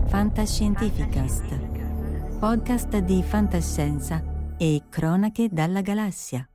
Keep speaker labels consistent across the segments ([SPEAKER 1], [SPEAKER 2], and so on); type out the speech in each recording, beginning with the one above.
[SPEAKER 1] Fantascientificast, podcast di fantascienza e cronache dalla galassia.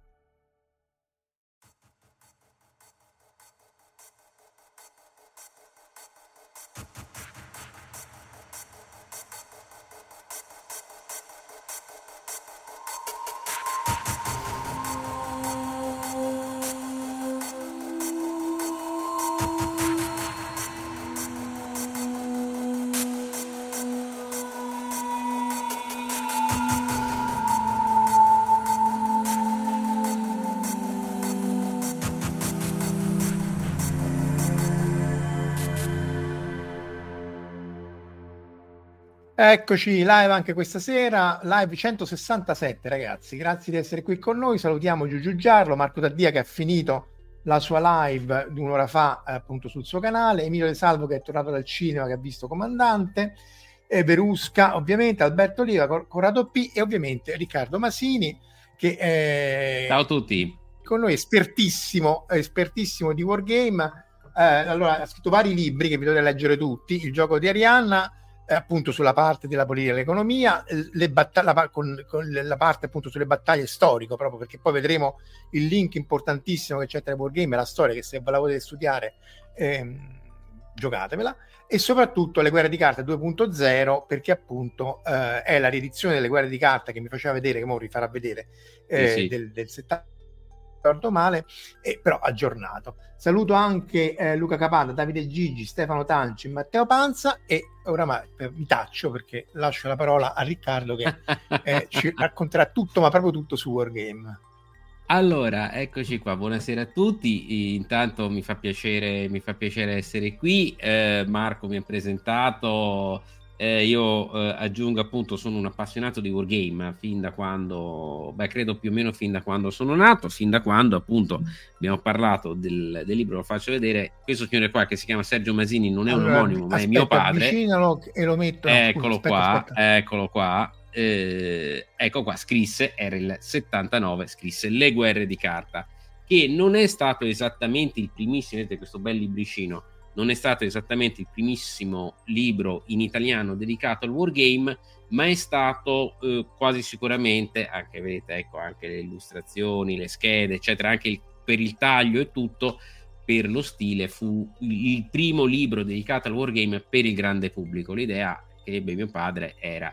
[SPEAKER 2] Eccoci live anche questa sera, live 167 ragazzi, grazie di essere qui con noi. Salutiamo Giugiu Giarlo, Marco Taddia che ha finito la sua live di un'ora fa appunto sul suo canale, Emilio De Salvo che è tornato dal cinema, che ha visto Comandante, Verusca ovviamente, Alberto Oliva, Corrado P e ovviamente Riccardo Masini che è
[SPEAKER 3] ciao a tutti,
[SPEAKER 2] con noi, espertissimo di Wargame. Allora ha scritto vari libri che vi dovete leggere tutti, Il gioco di Arianna, appunto sulla parte della politica e l'economia, con la parte appunto sulle battaglie storico, proprio perché poi vedremo il link importantissimo che c'è tra i Wargame e la storia, che se ve la volete studiare giocatevela, e soprattutto le guerre di carta 2.0, perché appunto è la riedizione delle guerre di carta che mi faceva vedere, che ora rifarà vedere
[SPEAKER 3] sì.
[SPEAKER 2] del 70 male, però aggiornato. Saluto anche Luca Capada, Davide Gigi, Stefano Tanci, Matteo Panza, e oramai mi taccio perché lascio la parola a Riccardo che ci racconterà tutto, ma proprio tutto su Wargame.
[SPEAKER 3] Allora, eccoci qua, buonasera a tutti. Intanto mi fa piacere essere qui. Marco mi ha presentato. Io aggiungo appunto, sono un appassionato di Wargame fin da quando, credo più o meno fin da quando sono nato, fin da quando appunto abbiamo parlato del libro. Lo faccio vedere, questo signore qua che si chiama Sergio Masini non è un omonimo, ma è mio padre.
[SPEAKER 2] Avvicinalo e lo metto.
[SPEAKER 3] Eccolo qua. Ecco qua, scrisse, era il 79, scrisse Le guerre di carta, che non è stato esattamente il primissimo, vedete questo bel libricino, non è stato esattamente il primissimo libro in italiano dedicato al wargame, ma è stato quasi sicuramente, anche vedete, ecco, anche le illustrazioni, le schede, eccetera, anche per il taglio e tutto, per lo stile, fu il primo libro dedicato al wargame per il grande pubblico. L'idea che ebbe mio padre era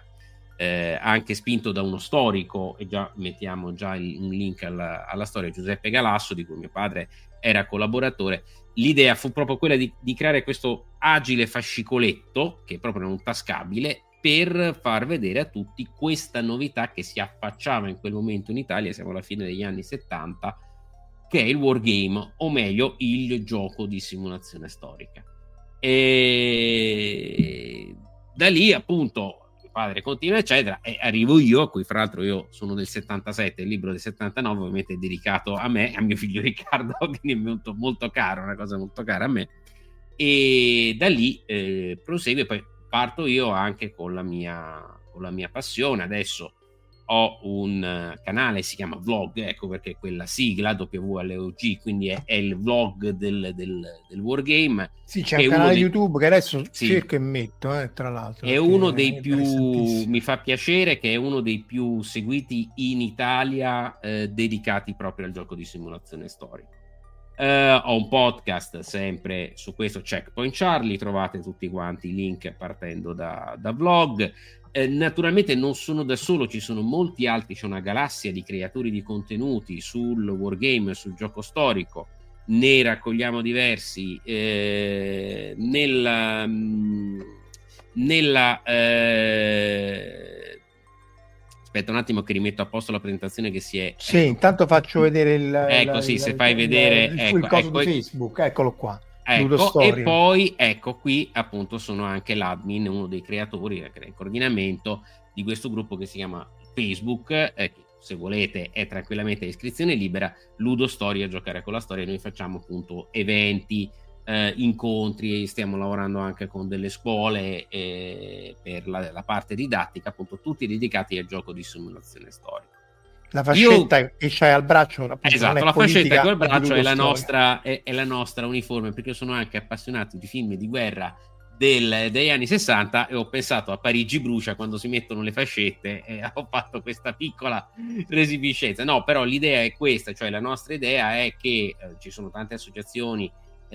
[SPEAKER 3] anche spinto da uno storico, e già mettiamo un link alla storia, Giuseppe Galasso, di cui mio padre era collaboratore. L'idea fu proprio quella di creare questo agile fascicoletto, che è proprio non tascabile, per far vedere a tutti questa novità che si affacciava in quel momento in Italia, siamo alla fine degli anni 70, che è il wargame, o meglio il gioco di simulazione storica. E da lì appunto padre continua eccetera, e arrivo io, a cui fra l'altro io sono del 77, il libro del 79 ovviamente è dedicato a me, a mio figlio Riccardo, che è molto, molto caro, una cosa molto cara a me, e da lì prosegue. Poi parto io anche con la mia passione. Adesso ho un canale, si chiama Vlog, ecco perché quella sigla WLOG, quindi è il vlog del Wargame.
[SPEAKER 2] Sì, c'è un canale YouTube che adesso cerco e metto, tra l'altro.
[SPEAKER 3] È uno dei più, mi fa piacere che è uno dei più seguiti in Italia, dedicati proprio al gioco di simulazione storica. Ho un podcast sempre su questo, Checkpoint Charlie, trovate tutti quanti i link partendo da Vlog. Naturalmente non sono da solo, ci sono molti altri, c'è una galassia di creatori di contenuti sul wargame, sul gioco storico, ne raccogliamo diversi nella aspetta un attimo che rimetto a posto la presentazione che si è...
[SPEAKER 2] Sì, intanto faccio vedere
[SPEAKER 3] se fai vedere
[SPEAKER 2] il coso di Facebook, eccolo qua.
[SPEAKER 3] Ecco, e poi ecco qui appunto sono anche l'admin, uno dei creatori, il coordinamento di questo gruppo che si chiama Facebook, che se volete è tranquillamente a iscrizione libera, Ludo Storia, giocare con la storia. Noi facciamo appunto eventi, incontri, stiamo lavorando anche con delle scuole per la parte didattica, appunto tutti dedicati al gioco di simulazione storica.
[SPEAKER 2] La fascetta che c'hai al braccio, appunto,
[SPEAKER 3] esatto, la fascetta col braccio è la nostra uniforme, perché io sono anche appassionato di film di guerra degli anni 60 e ho pensato a Parigi brucia quando si mettono le fascette e ho fatto questa piccola resipiscenza. No, però l'idea è questa, cioè la nostra idea è che ci sono tante associazioni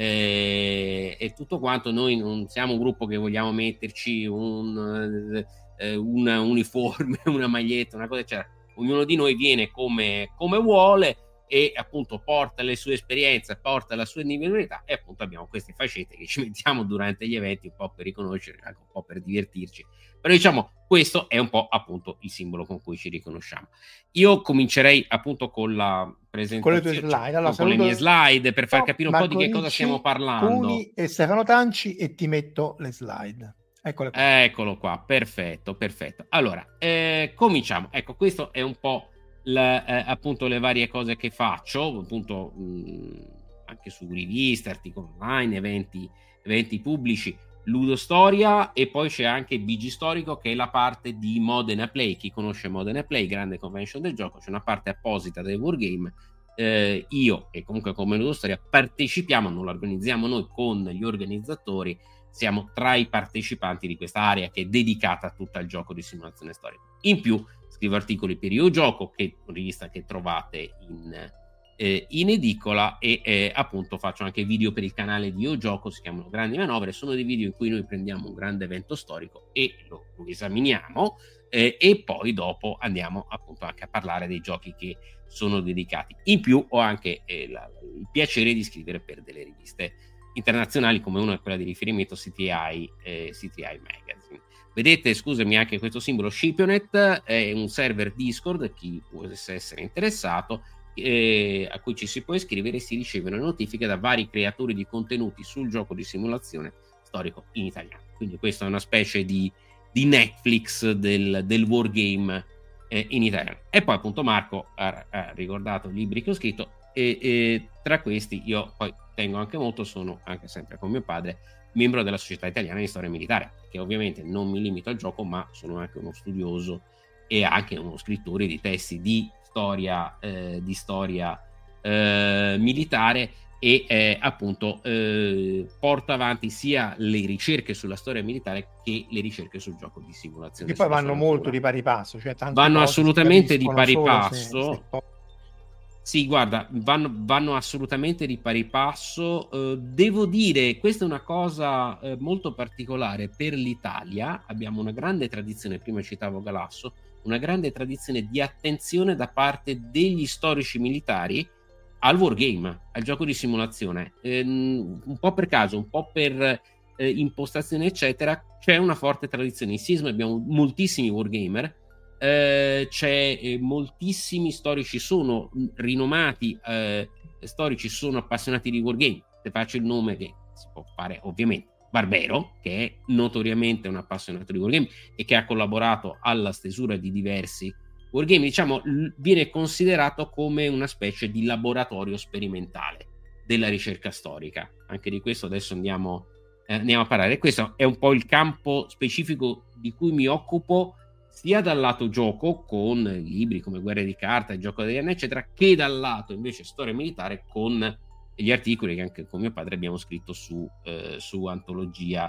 [SPEAKER 3] e tutto quanto, noi non siamo un gruppo che vogliamo metterci un uniforme, una maglietta, una cosa, eccetera. Ognuno di noi viene come vuole e appunto porta le sue esperienze, porta la sua individualità, e appunto abbiamo queste fascette che ci mettiamo durante gli eventi, un po' per riconoscere, anche un po' per divertirci, però diciamo questo è un po' appunto il simbolo con cui ci riconosciamo. Io comincerei appunto con la presentazione,
[SPEAKER 2] con le tue slide. Allora,
[SPEAKER 3] con le mie slide per far capire un
[SPEAKER 2] Marco
[SPEAKER 3] po' di che cosa stiamo parlando.
[SPEAKER 2] Cuni e Stefano Tanci, e ti metto le slide. Eccole qua.
[SPEAKER 3] Eccolo qua, perfetto. Allora, cominciamo. Ecco, questo è un po' appunto le varie cose che faccio, appunto anche su riviste, articoli online, eventi pubblici, Ludostoria, e poi c'è anche BG Storico, che è la parte di Modena Play. Chi conosce Modena Play, grande convention del gioco, c'è una parte apposita del Wargame. Io e comunque come Ludostoria partecipiamo, non lo organizziamo noi con gli organizzatori, siamo tra i partecipanti di questa area che è dedicata a tutto il gioco di simulazione storica. In più scrivo articoli per Io Gioco, che è una rivista che trovate in edicola, e appunto faccio anche video per il canale di Io Gioco, si chiamano Grandi Manovre. Sono dei video in cui noi prendiamo un grande evento storico e lo esaminiamo, e poi dopo andiamo appunto anche a parlare dei giochi che sono dedicati. In più ho anche il piacere di scrivere per delle riviste internazionali, come una è quella di riferimento CTI Magazine. Vedete, scusami, anche questo simbolo Scipionet è un server Discord, chi può essere interessato, a cui ci si può iscrivere e si ricevono notifiche da vari creatori di contenuti sul gioco di simulazione storico in italiano. Quindi questa è una specie di Netflix del wargame in italiano. E poi appunto Marco ha ricordato i libri che ho scritto, e tra questi io poi tengo anche molto, sono anche sempre con mio padre membro della Società Italiana di Storia Militare, che ovviamente non mi limito al gioco, ma sono anche uno studioso e anche uno scrittore di testi di storia militare, e appunto porta avanti sia le ricerche sulla storia militare che le ricerche sul gioco di simulazione.
[SPEAKER 2] Che poi vanno molto di pari passo, cioè
[SPEAKER 3] vanno assolutamente di pari passo. Sì, guarda, vanno assolutamente di pari passo. Devo dire, questa è una cosa molto particolare per l'Italia. Abbiamo una grande tradizione, prima citavo Galasso, una grande tradizione di attenzione da parte degli storici militari al wargame, al gioco di simulazione. Un po' per caso, un po' per impostazione, eccetera, c'è una forte tradizione. In SISM abbiamo moltissimi wargamer. C'è moltissimi storici, sono rinomati storici, sono appassionati di wargame. Se faccio il nome che si può fare, ovviamente, Barbero, che è notoriamente un appassionato di wargame e che ha collaborato alla stesura di diversi wargame, diciamo, viene considerato come una specie di laboratorio sperimentale della ricerca storica. Anche di questo adesso andiamo a parlare. Questo è un po' il campo specifico di cui mi occupo, sia dal lato gioco, con libri come Guerre di Carta, Il Gioco degli Anni, eccetera, che dal lato invece storia militare, con gli articoli che anche con mio padre abbiamo scritto su antologia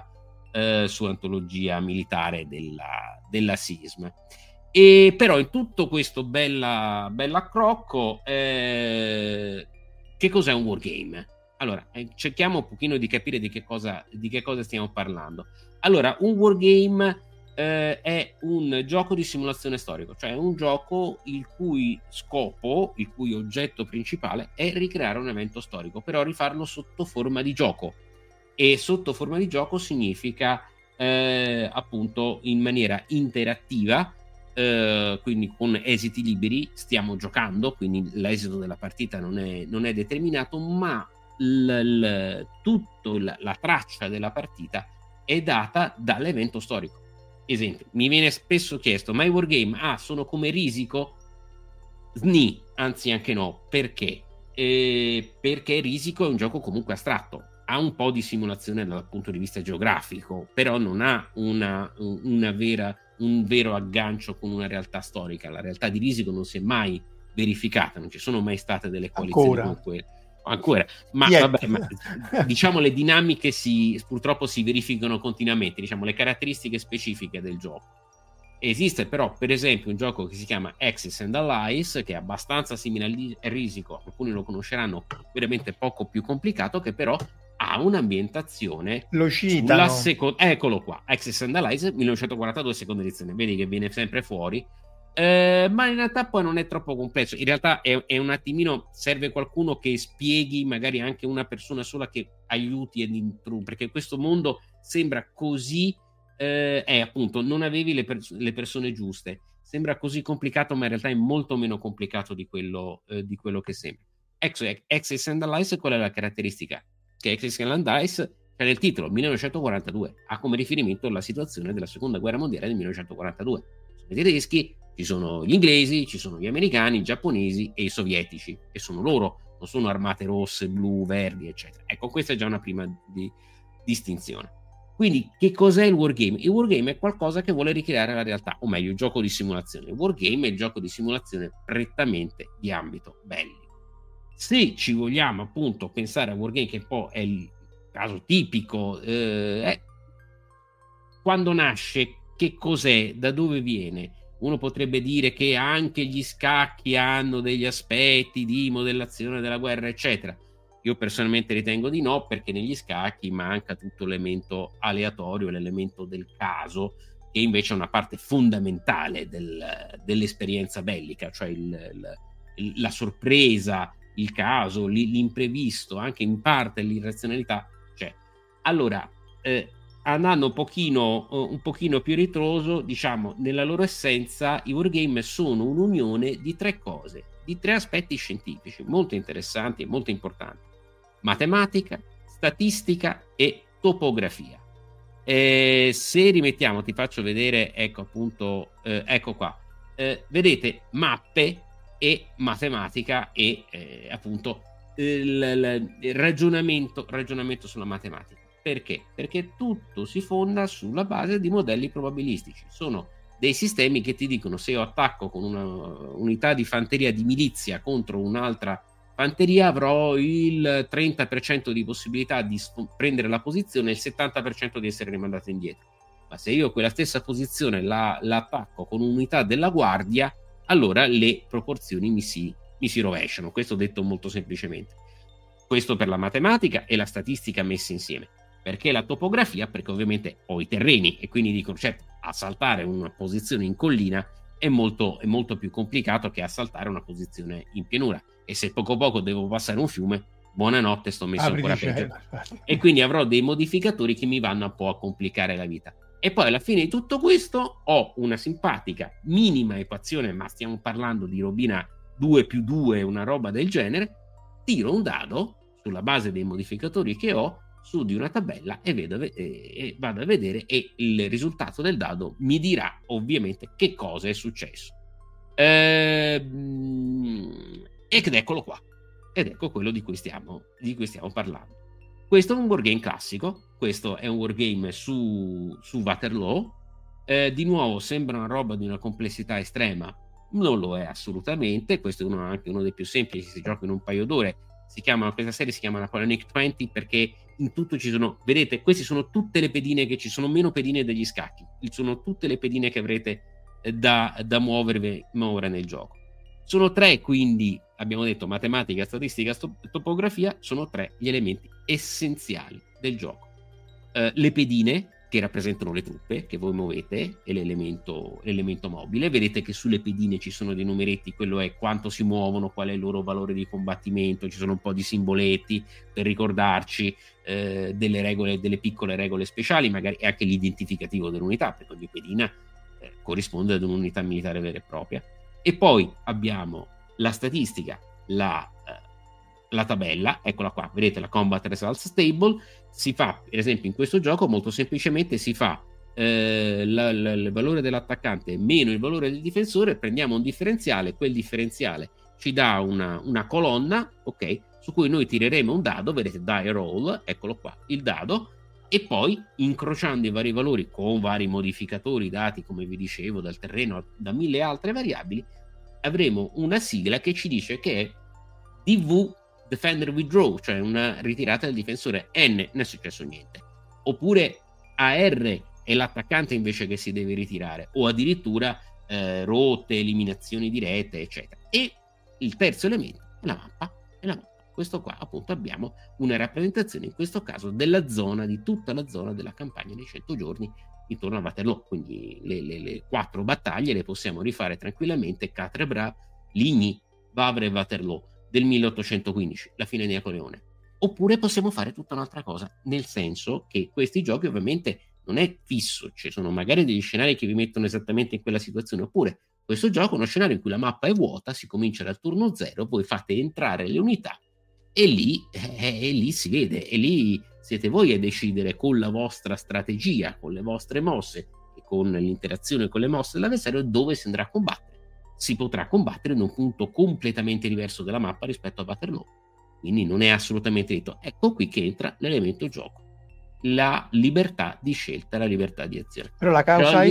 [SPEAKER 3] militare della SISM. E però in tutto questo bell'accrocco, che cos'è un wargame? Allora, cerchiamo un pochino di capire di che cosa stiamo parlando. Allora, un wargame è un gioco di simulazione storico, cioè un gioco il cui scopo, il cui oggetto principale è ricreare un evento storico, però rifarlo sotto forma di gioco. E sotto forma di gioco significa appunto in maniera interattiva, quindi con esiti liberi. Stiamo giocando, quindi l'esito della partita non è determinato, ma la traccia della partita è data dall'evento storico. Esempio, mi viene spesso chiesto: ma i wargame sono come Risico? Sni, anzi anche no. Perché? Perché Risico è un gioco comunque astratto, ha un po' di simulazione dal punto di vista geografico, però non ha un vero aggancio con una realtà storica. La realtà di Risico non si è mai verificata, non ci sono mai state delle coalizioni con quelle. ancora, ma vabbè, ma, diciamo le dinamiche purtroppo si verificano continuamente, diciamo le caratteristiche specifiche del gioco. Esiste però per esempio un gioco che si chiama Axis and Allies, che è abbastanza simile a Risico, alcuni lo conosceranno, veramente poco più complicato, che però ha un'ambientazione
[SPEAKER 2] lo citano.
[SPEAKER 3] Eccolo qua, Axis and Allies 1942, seconda edizione, vedi che viene sempre fuori. Ma in realtà poi non è troppo complesso, in realtà è un attimino, serve qualcuno che spieghi, magari anche una persona sola che aiuti ad introdurre, perché questo mondo sembra così appunto non avevi le persone giuste, sembra così complicato, ma in realtà è molto meno complicato di quello che sembra. Axis and Allies, qual è la caratteristica? Che Axis and Allies c'è nel titolo 1942, ha come riferimento la situazione della seconda guerra mondiale del 1942. Sono i tedeschi, ci sono gli inglesi, ci sono gli americani, i giapponesi e i sovietici, e sono loro, non sono armate rosse, blu, verdi, eccetera. Ecco, questa è già una prima distinzione. Quindi che cos'è il wargame? Il wargame è qualcosa che vuole ricreare la realtà, o meglio il gioco di simulazione. Il wargame è il gioco di simulazione prettamente di ambito bellico. Se ci vogliamo appunto pensare a wargame, che poi è il caso tipico, quando nasce, che cos'è, da dove viene? Uno potrebbe dire che anche gli scacchi hanno degli aspetti di modellazione della guerra, eccetera. Io personalmente ritengo di no, perché negli scacchi manca tutto l'elemento aleatorio, l'elemento del caso, che invece è una parte fondamentale dell'esperienza bellica, cioè la sorpresa, il caso, l'imprevisto, anche in parte l'irrazionalità. Cioè, allora, andando un pochino più ritroso, diciamo, nella loro essenza i wargame sono un'unione di tre cose, di tre aspetti scientifici molto interessanti e molto importanti: matematica, statistica e topografia. Se rimettiamo, ti faccio vedere, ecco appunto, ecco qua, vedete mappe e matematica e appunto il ragionamento sulla matematica. Perché? Perché tutto si fonda sulla base di modelli probabilistici. Sono dei sistemi che ti dicono: se io attacco con una unità di fanteria di milizia contro un'altra fanteria, avrò il 30% di possibilità di prendere la posizione e il 70% di essere rimandato indietro. Ma se io quella stessa posizione l'attacco con un'unità della guardia, allora le proporzioni mi si rovesciano. Questo detto molto semplicemente. Questo per la matematica e la statistica messe insieme. Perché la topografia? Perché ovviamente ho i terreni e quindi di concetto assaltare una posizione in collina è molto più complicato che assaltare una posizione in pianura. E se poco devo passare un fiume, buonanotte, sto messo ancora peggio. E quindi avrò dei modificatori che mi vanno un po' a complicare la vita. E poi alla fine di tutto questo ho una simpatica minima equazione, ma stiamo parlando di robina 2+2, una roba del genere. Tiro un dado sulla base dei modificatori che ho su di una tabella e vado a vedere, e il risultato del dado mi dirà ovviamente che cosa è successo. Ed eccolo qua, ed ecco quello di cui stiamo parlando. Questo è un wargame classico, questo è un wargame su Waterloo. Di nuovo sembra una roba di una complessità estrema, non lo è assolutamente. Questo è anche uno dei più semplici, si gioca in un paio d'ore. Questa serie si chiama Napoleonic 20 perché in tutto ci sono, vedete, queste sono tutte le pedine che ci sono, meno pedine degli scacchi, sono tutte le pedine che avrete da muovere nel gioco. Sono tre, quindi abbiamo detto matematica, statistica, topografia, sono tre gli elementi essenziali del gioco. Le pedine, che rappresentano le truppe che voi muovete, e l'elemento mobile. Vedete che sulle pedine ci sono dei numeretti, quello è quanto si muovono, qual è il loro valore di combattimento, ci sono un po' di simboletti per ricordarci delle regole, delle piccole regole speciali, magari anche l'identificativo dell'unità, perché ogni pedina corrisponde ad un'unità militare vera e propria. E poi abbiamo la statistica, la tabella, eccola qua, vedete la Combat Results Table. Si fa, per esempio in questo gioco molto semplicemente si fa il valore dell'attaccante meno il valore del difensore, prendiamo un differenziale, quel differenziale ci dà una colonna, ok, su cui noi tireremo un dado, vedete die roll, eccolo qua il dado, e poi incrociando i vari valori con vari modificatori dati, come vi dicevo, dal terreno, da mille altre variabili, avremo una sigla che ci dice che è DV defender withdraw, cioè una ritirata del difensore, N, non è successo niente. Oppure AR è l'attaccante invece che si deve ritirare, o addirittura rotte, eliminazioni dirette, eccetera. E il terzo elemento è la mappa. Questo qua appunto abbiamo una rappresentazione in questo caso della zona, di tutta la zona della campagna dei 100 giorni intorno a Waterloo, quindi le 4 battaglie le possiamo rifare tranquillamente: Quatre-Bras, Ligny, Wavre e Waterloo del 1815, la fine di Napoleone. Oppure possiamo fare tutta un'altra cosa, nel senso che questi giochi ovviamente non è fisso, ci sono magari degli scenari che vi mettono esattamente in quella situazione, oppure questo gioco è uno scenario in cui la mappa è vuota, si comincia dal turno 0, voi fate entrare le unità e lì si vede, e lì siete voi a decidere con la vostra strategia, con le vostre mosse e con l'interazione con le mosse dell'avversario dove si andrà a combattere. Si potrà combattere in un punto completamente diverso della mappa rispetto a Waterloo, quindi non è assolutamente detto. Ecco qui che entra l'elemento gioco, la libertà di scelta, la libertà di azione.
[SPEAKER 2] Però la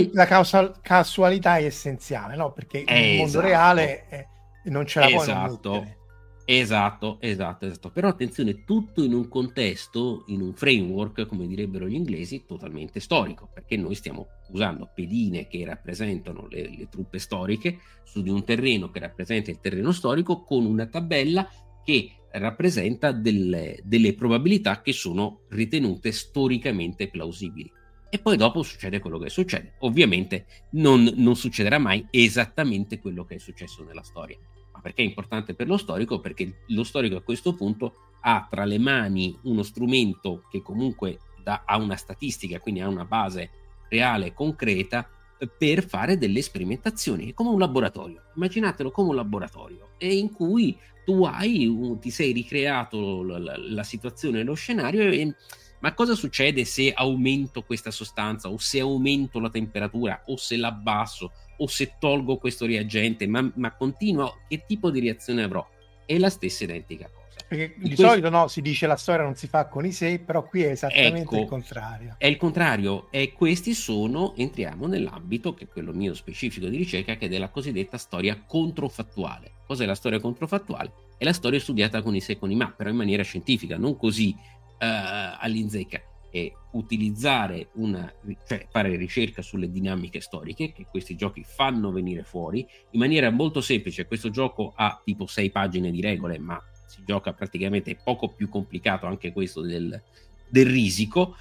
[SPEAKER 2] casualità è essenziale, no? Perché nel mondo reale non ce la puoi non mettere.
[SPEAKER 3] Esatto. Però attenzione, tutto in un contesto, in un framework, come direbbero gli inglesi, totalmente storico, perché noi stiamo usando pedine che rappresentano le truppe storiche su di un terreno che rappresenta il terreno storico, con una tabella che rappresenta delle probabilità che sono ritenute storicamente plausibili. E poi dopo succede quello che succede. Ovviamente non succederà mai esattamente quello che è successo nella storia. Ma perché è importante per lo storico? Perché lo storico a questo punto ha tra le mani uno strumento che comunque ha una statistica, quindi ha una base reale, concreta, per fare delle sperimentazioni. È come un laboratorio, immaginatelo come un laboratorio, e in cui tu ti sei ricreato la situazione, lo scenario, ma cosa succede se aumento questa sostanza, o se aumento la temperatura, o se l'abbasso, o se tolgo questo reagente, ma continuo, che tipo di reazione avrò? È la stessa identica cosa.
[SPEAKER 2] Perché di solito no, si dice la storia non si fa con i sé, però qui è esattamente il contrario.
[SPEAKER 3] È il contrario, e questi entriamo nell'ambito, che è quello mio specifico di ricerca, che è della cosiddetta storia controfattuale. Cos'è la storia controfattuale? È la storia studiata con i sé e con i ma, però in maniera scientifica, non così all'inzecca. E utilizzare cioè fare ricerca sulle dinamiche storiche che questi giochi fanno venire fuori in maniera molto semplice. Questo gioco ha tipo 6 pagine di regole, ma si gioca praticamente poco più complicato anche questo del risico,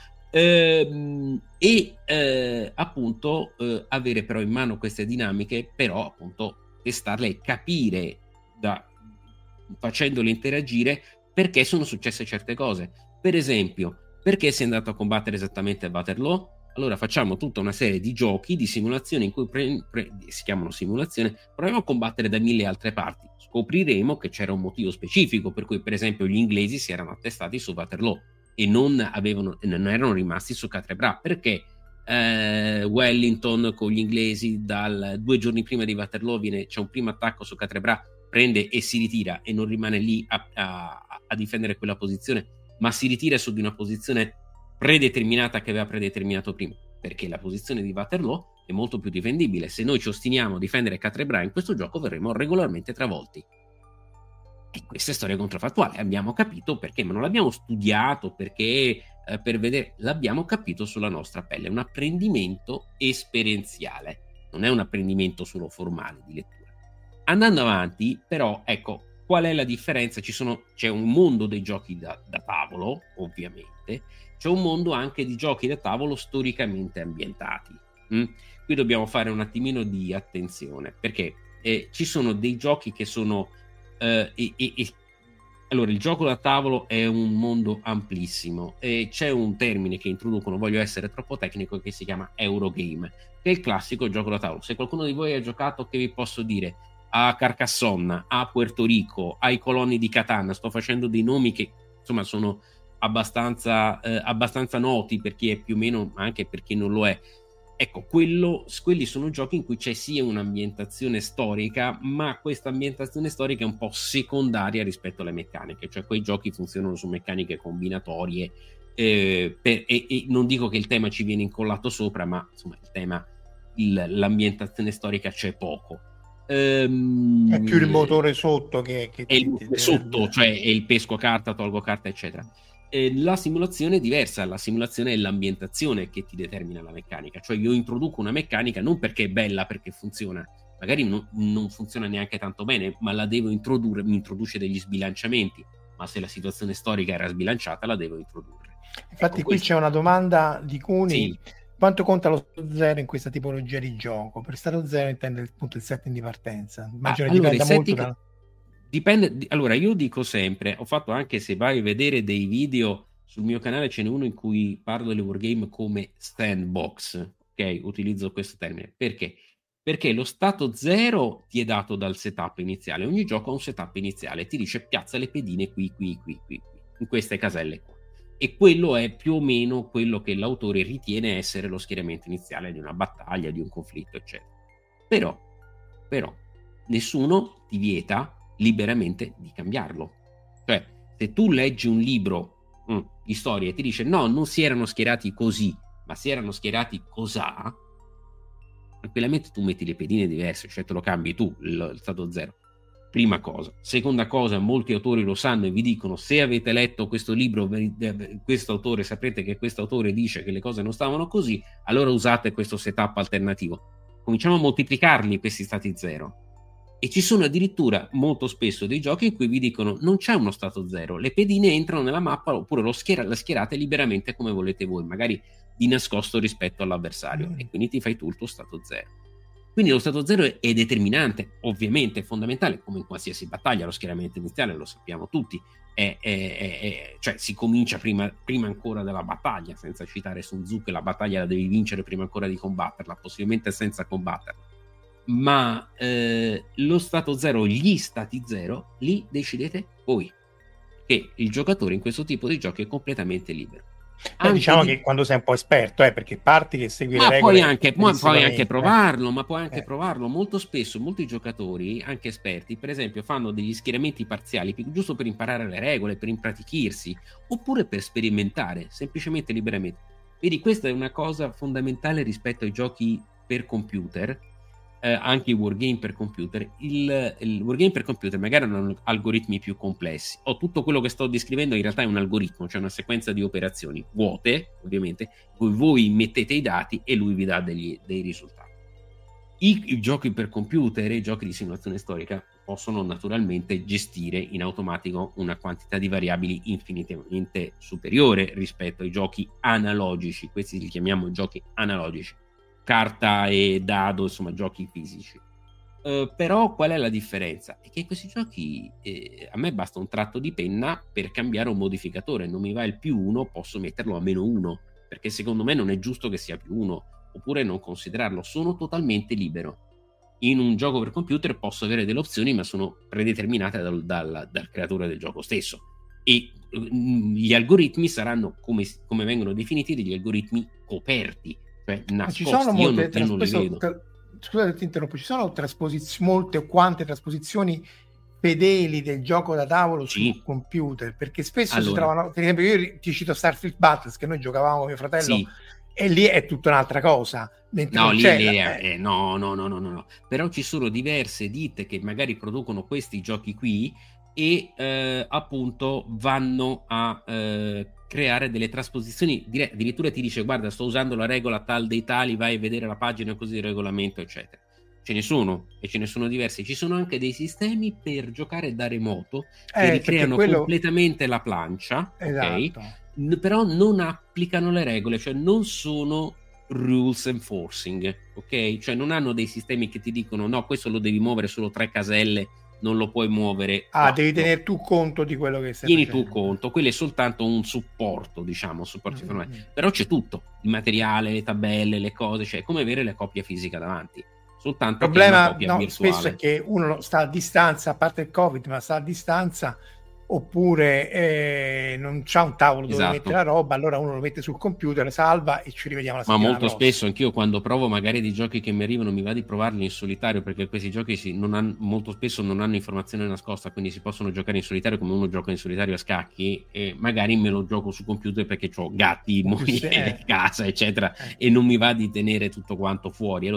[SPEAKER 3] appunto avere però in mano queste dinamiche, però appunto testarle e capire facendole interagire perché sono successe certe cose. Per esempio, perché si è andato a combattere esattamente a Waterloo? Allora facciamo tutta una serie di giochi, di simulazioni in cui si chiamano simulazione, proviamo a combattere da 1000 altre parti. Scopriremo che c'era un motivo specifico per cui per esempio gli inglesi si erano attestati su Waterloo e non erano rimasti su Quatre-Bras, perché Wellington con gli inglesi 2 giorni prima di Waterloo c'è un primo attacco su Quatre-Bras, prende e si ritira e non rimane lì a difendere quella posizione, ma si ritira su di una posizione predeterminata che aveva predeterminato prima, perché la posizione di Waterloo è molto più difendibile. Se noi ci ostiniamo a difendere Quatre-Bras in questo gioco verremo regolarmente travolti. E questa è storia controfattuale, abbiamo capito perché, ma non l'abbiamo studiato perché per vedere, l'abbiamo capito sulla nostra pelle. È un apprendimento esperienziale, non è un apprendimento solo formale di lettura. Andando avanti, però, ecco, qual è la differenza? C'è un mondo dei giochi da tavolo, ovviamente, c'è un mondo anche di giochi da tavolo storicamente ambientati. Qui dobbiamo fare un attimino di attenzione, perché ci sono dei giochi che sono... allora, il gioco da tavolo è un mondo amplissimo e c'è un termine che introducono, voglio essere troppo tecnico, che si chiama Eurogame, che è il classico gioco da tavolo. Se qualcuno di voi ha giocato, che vi posso dire? A Carcassonne, a Puerto Rico, ai coloni di Catan, sto facendo dei nomi che insomma sono abbastanza noti per chi è più o meno, ma anche per chi non lo è. Ecco, quelli sono giochi in cui c'è sia un'ambientazione storica, ma questa ambientazione storica è un po' secondaria rispetto alle meccaniche, cioè quei giochi funzionano su meccaniche combinatorie, e non dico che il tema ci viene incollato sopra, ma insomma il tema, l'ambientazione storica c'è poco.
[SPEAKER 2] È più il motore sotto che
[SPEAKER 3] è il motore sotto, cioè è il pesco carta, tolgo carta, eccetera. La simulazione è diversa, la simulazione è l'ambientazione che ti determina la meccanica, cioè io introduco una meccanica non perché è bella, perché funziona, magari non funziona neanche tanto bene, ma la devo introdurre, mi introduce degli sbilanciamenti, ma se la situazione storica era sbilanciata la devo introdurre.
[SPEAKER 2] Infatti qui c'è una domanda di Cuni, sì. Quanto conta lo stato zero in questa tipologia di gioco? Per stato zero intende appunto il setting di partenza, immagino dipenda molto
[SPEAKER 3] dipende. Allora io dico sempre, ho fatto anche, se vai a vedere dei video sul mio canale, ce n'è uno in cui parlo delle wargame come sandbox, ok? Utilizzo questo termine, perché lo stato zero ti è dato dal setup iniziale, ogni gioco ha un setup iniziale, ti dice piazza le pedine qui, in queste caselle qua. E quello è più o meno quello che l'autore ritiene essere lo schieramento iniziale di una battaglia, di un conflitto, eccetera. Però nessuno ti vieta liberamente di cambiarlo. Cioè, se tu leggi un libro di storia e ti dice no, non si erano schierati così, ma si erano schierati cos'ha, tranquillamente tu metti le pedine diverse, cioè te lo cambi tu il stato zero. Prima cosa. Seconda cosa, molti autori lo sanno e vi dicono: se avete letto questo libro, questo autore, saprete che questo autore dice che le cose non stavano così, allora usate questo setup alternativo. Cominciamo a moltiplicarli questi stati zero. E ci sono addirittura molto spesso dei giochi in cui vi dicono non c'è uno stato zero, le pedine entrano nella mappa oppure la schierate liberamente come volete voi, magari di nascosto rispetto all'avversario, e quindi ti fai tu il tuo stato zero. Quindi lo stato zero è determinante, ovviamente è fondamentale, come in qualsiasi battaglia. Lo schieramento iniziale lo sappiamo tutti, cioè si comincia prima ancora della battaglia, senza citare Sun Tzu, che la battaglia la devi vincere prima ancora di combatterla, possibilmente senza combatterla. Ma lo stato zero, gli stati zero, li decidete voi, che il giocatore in questo tipo di giochi è completamente libero.
[SPEAKER 2] Diciamo che quando sei un po' esperto, perché parti che segui le regole,
[SPEAKER 3] puoi anche provarlo. Molto spesso molti giocatori, anche esperti, per esempio, fanno degli schieramenti parziali giusto per imparare le regole, per impratichirsi, oppure per sperimentare semplicemente liberamente. Vedi, questa è una cosa fondamentale rispetto ai giochi per computer, anche i wargame per computer. Il wargame per computer magari hanno algoritmi più complessi, o tutto quello che sto descrivendo in realtà è un algoritmo, cioè una sequenza di operazioni vuote, ovviamente, cui voi mettete i dati e lui vi dà dei risultati. I giochi per computer e i giochi di simulazione storica possono naturalmente gestire in automatico una quantità di variabili infinitamente superiore rispetto ai giochi analogici. Questi li chiamiamo giochi analogici, carta e dado, insomma giochi fisici. Però qual è la differenza? È che questi giochi a me basta un tratto di penna per cambiare un modificatore, non mi va il +1, posso metterlo a -1, perché secondo me non è giusto che sia +1, oppure non considerarlo. Sono totalmente libero. In un gioco per computer posso avere delle opzioni, ma sono predeterminate dal creatore del gioco stesso, e gli algoritmi saranno, come vengono definiti, degli algoritmi coperti, cioè nascosti.
[SPEAKER 2] Ci sono molte scusate, ti interrompo, ci sono molte o quante trasposizioni fedeli del gioco da tavolo sul computer, perché spesso si trovano, per esempio io ti cito Starfield Battles, che noi giocavamo con mio fratello, e lì è tutta un'altra cosa. No, però ci sono diverse ditte che magari producono questi giochi qui e appunto vanno a creare delle trasposizioni, addirittura ti dice: guarda, sto usando la regola tal dei tali, vai a vedere la pagina così di regolamento, eccetera. Ce ne sono, e ce ne sono diversi. Ci sono anche dei sistemi per giocare da remoto che ricreano completamente la plancia, esatto. Okay? Però non applicano le regole, cioè non sono rules enforcing, ok? Cioè non hanno dei sistemi che ti dicono: no, questo lo devi muovere solo 3 caselle, non lo puoi muovere. Devi tenere tu conto di quello che stai facendo. Tieni tu conto, quello è soltanto un supporto, diciamo, però c'è tutto, il materiale, le tabelle, le cose, cioè è come avere la coppia fisica davanti. Soltanto il problema spesso è che uno sta a distanza, a parte il Covid, ma sta a distanza, oppure non c'ha un tavolo dove mettere la roba, allora uno lo mette sul computer, salva e ci rivediamo la settimana prossima. Spesso anch'io, quando provo magari dei giochi che mi arrivano, mi va di provarli in solitario, perché questi giochi molto spesso non hanno informazione nascosta, quindi si possono giocare in solitario come uno gioca in solitario a scacchi, e magari me lo gioco su computer perché ho gatti, moglie, casa, eccetera, e non mi va di tenere tutto quanto fuori. Allora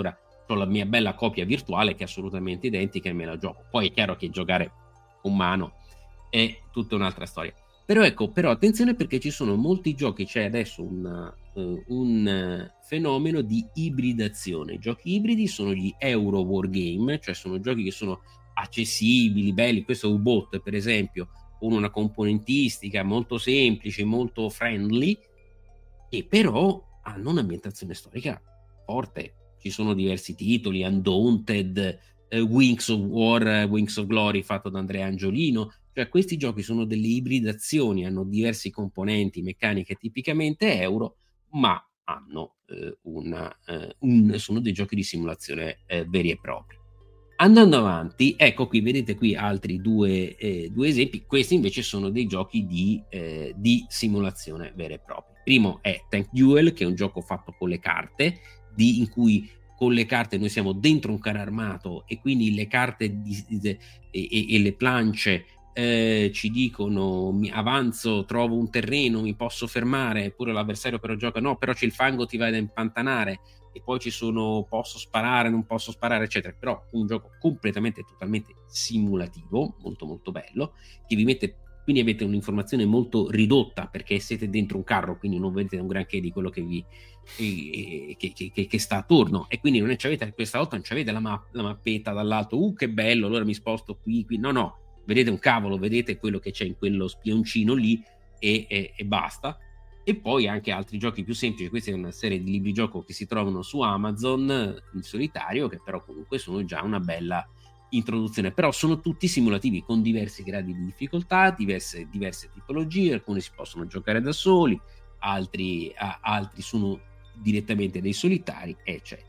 [SPEAKER 3] ho la mia bella copia virtuale che è assolutamente identica e me la gioco. Poi è chiaro che giocare con mano è tutta un'altra storia. Però ecco, però attenzione, perché ci sono molti giochi, c'è adesso un fenomeno di ibridazione. I giochi ibridi sono gli Euro Wargame, cioè sono giochi che sono accessibili, belli. Questo è U-Boat, per esempio, con una componentistica molto semplice, molto friendly, e però hanno un'ambientazione storica forte. Ci sono diversi titoli, Undaunted, Wings of War, Wings of Glory fatto da Andrea Angiolino. Cioè questi giochi sono delle ibridazioni, hanno diversi componenti, meccaniche tipicamente euro, ma hanno sono dei giochi di simulazione veri e propri. Andando avanti, ecco qui, vedete qui altri due esempi. Questi invece sono dei giochi di simulazione vera e propria. Il primo è Tank Duel, che è un gioco fatto con le carte, in cui con le carte noi siamo dentro un carro armato, e quindi le carte e le plance ci dicono: avanzo, trovo un terreno, mi posso fermare, eppure l'avversario però gioca no, però c'è il fango, ti vai ad impantanare, e poi ci sono posso sparare, non posso sparare, eccetera. Però un gioco completamente, totalmente simulativo, molto molto bello, che vi mette, quindi avete un'informazione molto ridotta perché siete dentro un carro, quindi non vedete un granché di quello che vi che sta attorno, e quindi non avete, questa volta non avete la mappetta dall'alto, che bello, allora mi sposto qui, no, vedete un cavolo, vedete quello che c'è in quello spioncino lì e basta. E poi anche altri giochi più semplici. Questa è una serie di libri gioco che si trovano su Amazon in solitario, che però comunque sono già una bella introduzione. Però sono tutti simulativi con diversi gradi di difficoltà, diverse tipologie. Alcuni si possono giocare da soli, altri sono direttamente dei solitari, eccetera.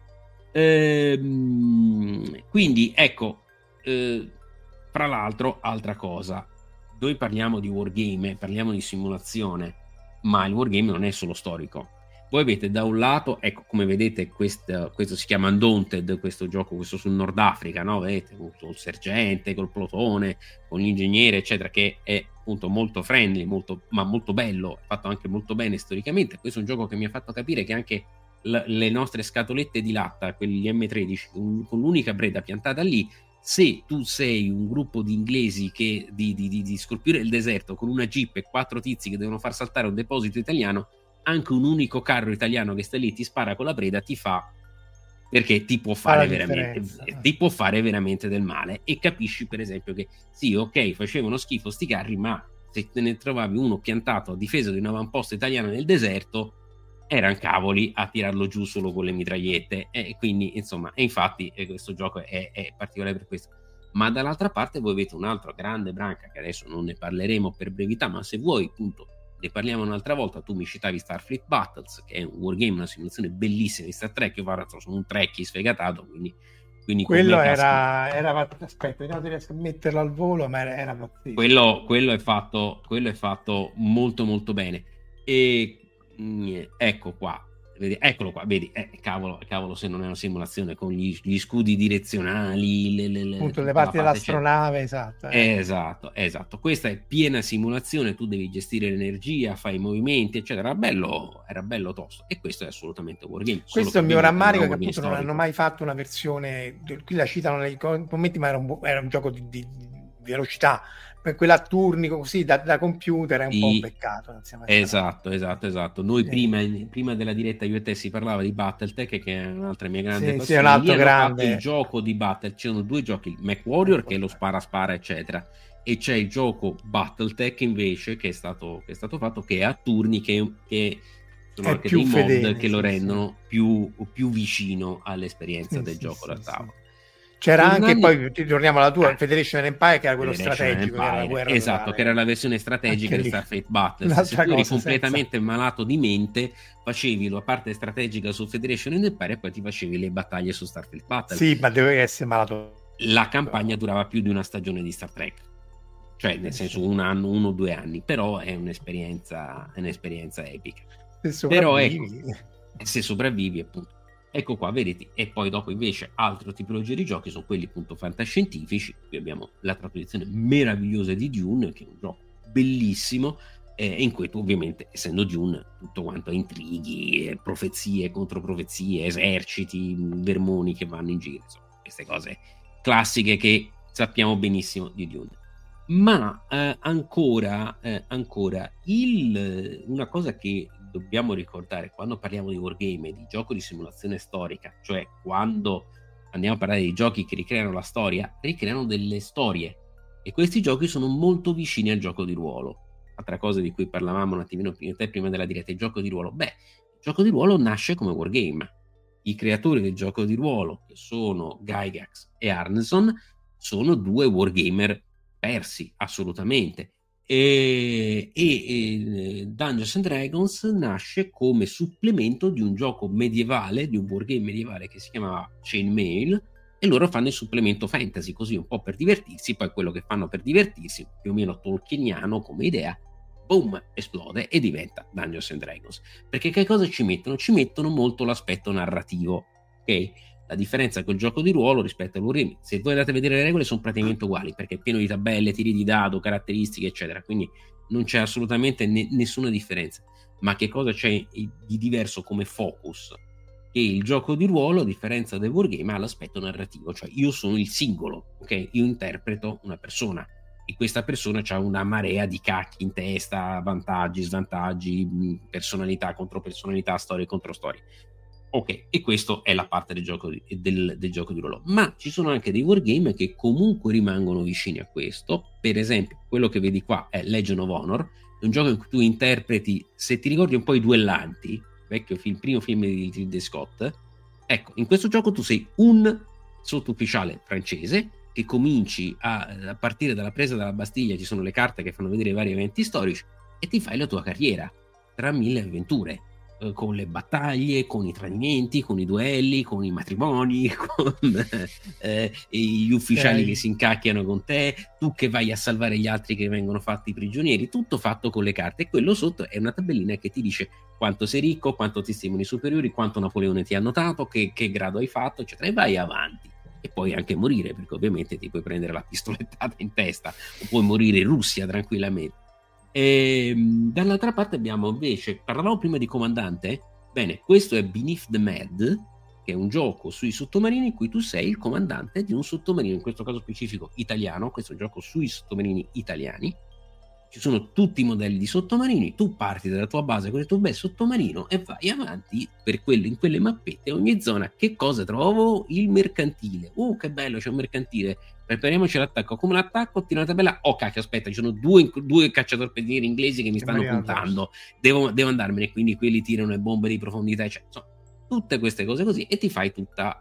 [SPEAKER 3] Quindi ecco, fra l'altro, altra cosa, noi parliamo di wargame, parliamo di simulazione, ma il wargame non è solo storico. Voi avete da un lato, ecco, come vedete, questo si chiama Undaunted, questo gioco, questo sul Nord Africa, no? Vedete, col sergente, col plotone, con gli ingegneri, eccetera, che è appunto molto friendly, ma molto bello, fatto anche molto bene storicamente. Questo è un gioco che mi ha fatto capire che anche le nostre scatolette di latta, quelli M13, con l'unica breda piantata lì, se tu sei un gruppo di inglesi che di scolpire il deserto con una jeep e 4 tizi che devono far saltare un deposito italiano, anche un unico carro italiano che sta lì ti spara con la breda ti fa, perché ti può fare veramente del male. E capisci, per esempio, che sì, ok, facevano schifo sti carri, ma se te ne trovavi uno piantato a difesa di un avamposto italiano nel deserto, erano cavoli a tirarlo giù solo con le mitragliette. E quindi insomma, e infatti questo gioco è particolare per questo. Ma dall'altra parte voi avete un'altra grande branca, che adesso non ne parleremo per brevità, ma se vuoi appunto ne parliamo un'altra volta. Tu mi citavi Starfleet Battles, che è un wargame, una simulazione bellissima di Star Trek. Io sono un trekkie sfegatato, quindi
[SPEAKER 2] quello era aspetta, vediamo se riesco a metterlo al volo, ma era pazzesco.
[SPEAKER 3] Quello è fatto molto molto bene. E ecco qua, eccolo qua, vedi, cavolo, se non è una simulazione, con gli scudi direzionali,
[SPEAKER 2] appunto le parti dell'astronave, esatto. Questa è piena simulazione, tu devi gestire l'energia, fai i movimenti, eccetera. Era bello tosto, e questo è assolutamente wargame. Questo è il mio rammarico, che appunto non hanno mai fatto una versione, qui la citano nei commenti, ma era un gioco di velocità, per quella a turni così da computer, è un po' un peccato.
[SPEAKER 3] Esatto. Noi prima della diretta io e te si parlava di Battletech, che è un'altra mia grande passione.
[SPEAKER 2] Sì, è un altro grande.
[SPEAKER 3] Il gioco di Battle, c'erano due giochi, MechWarrior, che è lo spara eccetera, e c'è il gioco Battletech invece che è stato fatto, che è a turni, che sono anche dei mod che lo rendono più vicino all'esperienza del gioco da tavolo.
[SPEAKER 2] C'era anche, poi torniamo alla tua, Federation Empire, che era quello strategico, che era la guerra
[SPEAKER 3] totale. Che era la versione strategica di Starfleet Battles. Se tu eri completamente malato di mente, facevi la parte strategica su Federation Empire e poi ti facevi le battaglie su Starfleet Battles.
[SPEAKER 2] Sì, ma dovevi essere malato.
[SPEAKER 3] La campagna durava più di una stagione di Star Trek, cioè nel senso 1 anno, 1 o 2 anni, però è un'esperienza epica. Però ecco, se sopravvivi, appunto. Ecco qua, vedete, e poi dopo invece altre tipologie di giochi sono quelli appunto fantascientifici. Qui abbiamo la traduzione meravigliosa di Dune, che è un gioco bellissimo, in cui tu ovviamente, essendo Dune, tutto quanto intrighi, profezie, controprofezie, eserciti, vermoni che vanno in giro, insomma, queste cose classiche che sappiamo benissimo di Dune. Ma ancora una cosa che dobbiamo ricordare quando parliamo di wargame e di gioco di simulazione storica, cioè quando andiamo a parlare di giochi che ricreano la storia, ricreano delle storie, e questi giochi sono molto vicini al gioco di ruolo. Altra cosa di cui parlavamo un attimino prima della diretta, il gioco di ruolo. Il gioco di ruolo nasce come wargame. I creatori del gioco di ruolo, che sono Gygax e Arneson, sono due wargamer persi, assolutamente. E Dungeons and Dragons nasce come supplemento di un gioco medievale, di un wargame medievale che si chiamava Chainmail, e loro fanno il supplemento fantasy, così un po' per divertirsi. Poi quello che fanno per divertirsi, più o meno tolkieniano come idea, boom, esplode e diventa Dungeons and Dragons. Perché che cosa ci mettono? Ci mettono molto l'aspetto narrativo, ok? La differenza col gioco di ruolo rispetto al wargame, se voi andate a vedere le regole, sono praticamente uguali, perché è pieno di tabelle, tiri di dado, caratteristiche, eccetera, quindi non c'è assolutamente nessuna differenza. Ma che cosa c'è di diverso come focus? Che il gioco di ruolo, a differenza del wargame, ha l'aspetto narrativo, cioè io sono il singolo, ok? Io interpreto una persona e questa persona ha una marea di cacchi in testa, vantaggi, svantaggi, personalità contro personalità, storie contro storie. Ok, e questo è la parte del gioco del gioco di ruolo. Ma ci sono anche dei wargame che comunque rimangono vicini a questo. Per esempio, quello che vedi qua è Legion of Honor, è un gioco in cui tu interpreti, se ti ricordi un po' i Duellanti, vecchio film, primo film di Ridley Scott. Ecco, in questo gioco tu sei un sottufficiale francese che cominci a partire dalla presa della Bastiglia, ci sono le carte che fanno vedere i vari eventi storici, e ti fai la tua carriera tra mille avventure, con le battaglie, con i tradimenti, con i duelli, con i matrimoni, con gli ufficiali che si incacchiano con te, tu che vai a salvare gli altri che vengono fatti prigionieri, tutto fatto con le carte. E quello sotto è una tabellina che ti dice quanto sei ricco, quanto ti stimi i superiori, quanto Napoleone ti ha notato, che grado hai fatto, eccetera, e vai avanti. E puoi anche morire, perché ovviamente ti puoi prendere la pistolettata in testa o puoi morire in Russia tranquillamente. E dall'altra parte abbiamo invece, parlavamo prima di Comandante, bene, questo è Beneath the Med, che è un gioco sui sottomarini in cui tu sei il comandante di un sottomarino, in questo caso specifico italiano. Questo è un gioco sui sottomarini italiani, ci sono tutti i modelli di sottomarini, tu parti dalla tua base con il tuo bel sottomarino e vai avanti in quelle mappette. Ogni zona, che cosa trovo? Il mercantile. Che bello, c'è un mercantile, prepariamoci l'attacco. Come l'attacco? Tiro una tabella, cacchio, aspetta, ci sono due cacciatorpedinieri inglesi che mi stanno puntando, devo andarmene, quindi quelli tirano le bombe di profondità, eccetera. Insomma, tutte queste cose così, e ti fai tutta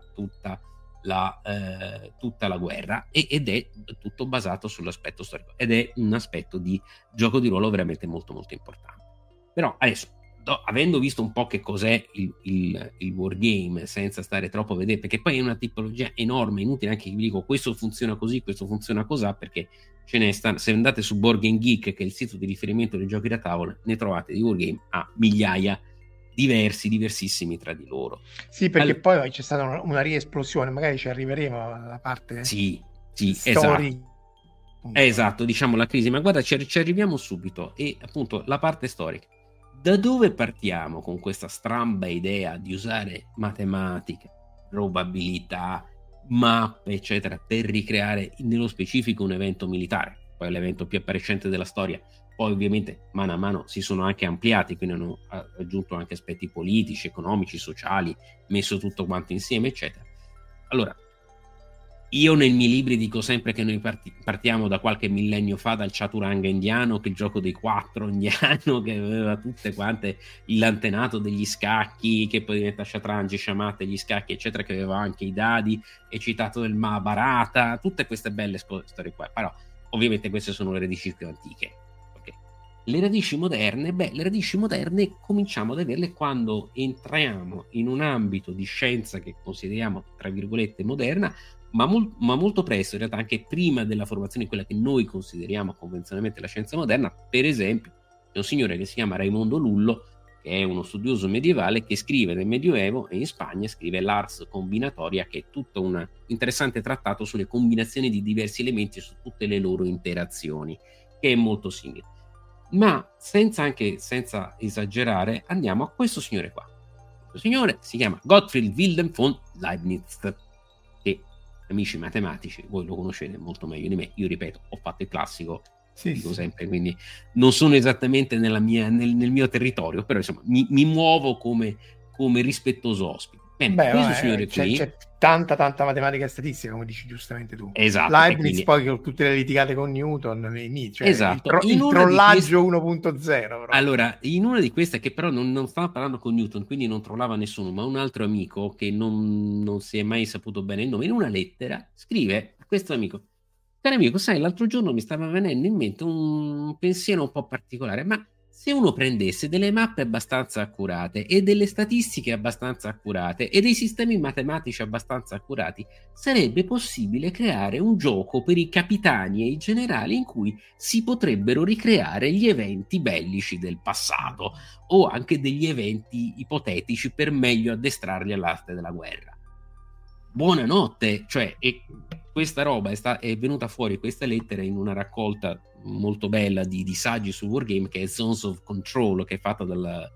[SPEAKER 3] la guerra, ed è tutto basato sull'aspetto storico, ed è un aspetto di gioco di ruolo veramente molto molto importante. Però adesso, avendo visto un po' che cos'è il wargame, senza stare troppo a vedere, perché poi è una tipologia enorme, inutile anche che vi dico questo funziona così, questo funziona cosà, perché ce ne sta. Se andate su Board Game Geek, che è il sito di riferimento dei giochi da tavola, ne trovate di wargame a migliaia, diversissimi tra di loro.
[SPEAKER 2] Sì, perché poi c'è stata una riesplosione, magari ci arriveremo alla parte
[SPEAKER 3] sì, esatto, diciamo la crisi, ma guarda, ci arriviamo subito. E appunto la parte storica, da dove partiamo con questa stramba idea di usare matematica, probabilità, mappe, eccetera, per ricreare nello specifico un evento militare, poi l'evento più appariscente della storia. Poi ovviamente mano a mano si sono anche ampliati, quindi hanno aggiunto anche aspetti politici, economici, sociali, messo tutto quanto insieme, eccetera. Allora, io nei miei libri dico sempre che noi partiamo da qualche millennio fa, dal Chaturanga indiano, che è il gioco dei 4 indiano, che aveva tutte quante l'antenato degli scacchi, che poi diventa Shatranji, Shamate, gli scacchi, eccetera, che aveva anche i dadi, è citato del Mahabharata, tutte queste belle storie qua. Però ovviamente queste sono le radici più antiche. Le radici moderne cominciamo ad averle quando entriamo in un ambito di scienza che consideriamo tra virgolette moderna, ma molto presto, in realtà anche prima della formazione di quella che noi consideriamo convenzionalmente la scienza moderna. Per esempio, c'è un signore che si chiama Raimondo Lullo, che è uno studioso medievale che scrive nel Medioevo, e in Spagna scrive l'Ars Combinatoria, che è tutto un interessante trattato sulle combinazioni di diversi elementi e su tutte le loro interazioni, che è molto simile. ma senza esagerare, andiamo a questo signore qua. Questo signore si chiama Gottfried Wilhelm von Leibniz, che, amici matematici, voi lo conoscete molto meglio di me. Io ripeto, ho fatto il classico, dico sempre, quindi non sono esattamente nel mio territorio, però insomma mi muovo come rispettoso ospite. Bene, questo signore qui
[SPEAKER 2] c'è tanta matematica e statistica, come dici giustamente tu.
[SPEAKER 3] Esatto.
[SPEAKER 2] Leibniz,
[SPEAKER 3] quindi,
[SPEAKER 2] poi con tutte le litigate con Newton, cioè
[SPEAKER 3] esatto,
[SPEAKER 2] il trollaggio 1.0.
[SPEAKER 3] Allora, in una di queste, che però non stava parlando con Newton, quindi non trollava nessuno, ma un altro amico che non si è mai saputo bene il nome, in una lettera scrive a questo amico: caro amico, sai, l'altro giorno mi stava venendo in mente un pensiero un po' particolare, ma se uno prendesse delle mappe abbastanza accurate e delle statistiche abbastanza accurate e dei sistemi matematici abbastanza accurati, sarebbe possibile creare un gioco per i capitani e i generali in cui si potrebbero ricreare gli eventi bellici del passato o anche degli eventi ipotetici per meglio addestrarli all'arte della guerra. Buonanotte, cioè, e questa roba è venuta fuori, questa lettera, in una raccolta molto bella di saggi su Wargame, che è Zones of Control, che è fatta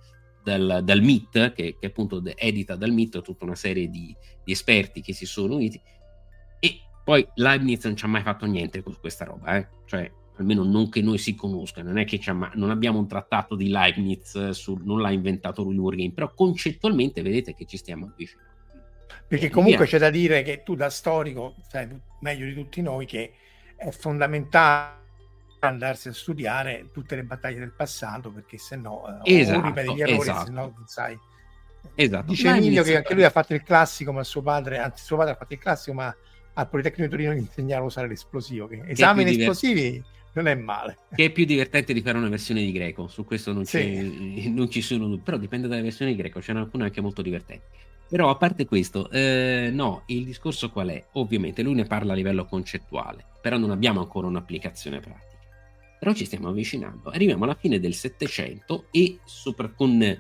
[SPEAKER 3] dal MIT, che appunto edita dal MIT tutta una serie di esperti che si sono uniti. E poi Leibniz non ci ha mai fatto niente con questa roba, cioè almeno non che noi si conosca, non è che non abbiamo un trattato di Leibniz, non l'ha inventato lui il Wargame, però concettualmente vedete che ci stiamo avvicinando.
[SPEAKER 2] Perché comunque c'è da dire che tu, da storico, sai meglio di tutti noi che è fondamentale andarsi a studiare tutte le battaglie del passato, perché sennò o ripeti gli errori, sennò non sai.
[SPEAKER 3] Esatto.
[SPEAKER 2] Dice Emilio che anche lui ha fatto il classico, ma suo padre ha fatto il classico, ma al Politecnico di Torino gli insegnava a usare l'esplosivo, che esami esplosivi non è male. Che è
[SPEAKER 3] più divertente di fare una versione di greco, su questo non ci sono dubbi, però dipende dalla versione di greco, ce n'è alcune anche molto divertenti. Però a parte questo, no, il discorso qual è? Ovviamente lui ne parla a livello concettuale, però non abbiamo ancora un'applicazione pratica. Però ci stiamo avvicinando, arriviamo alla fine del Settecento e con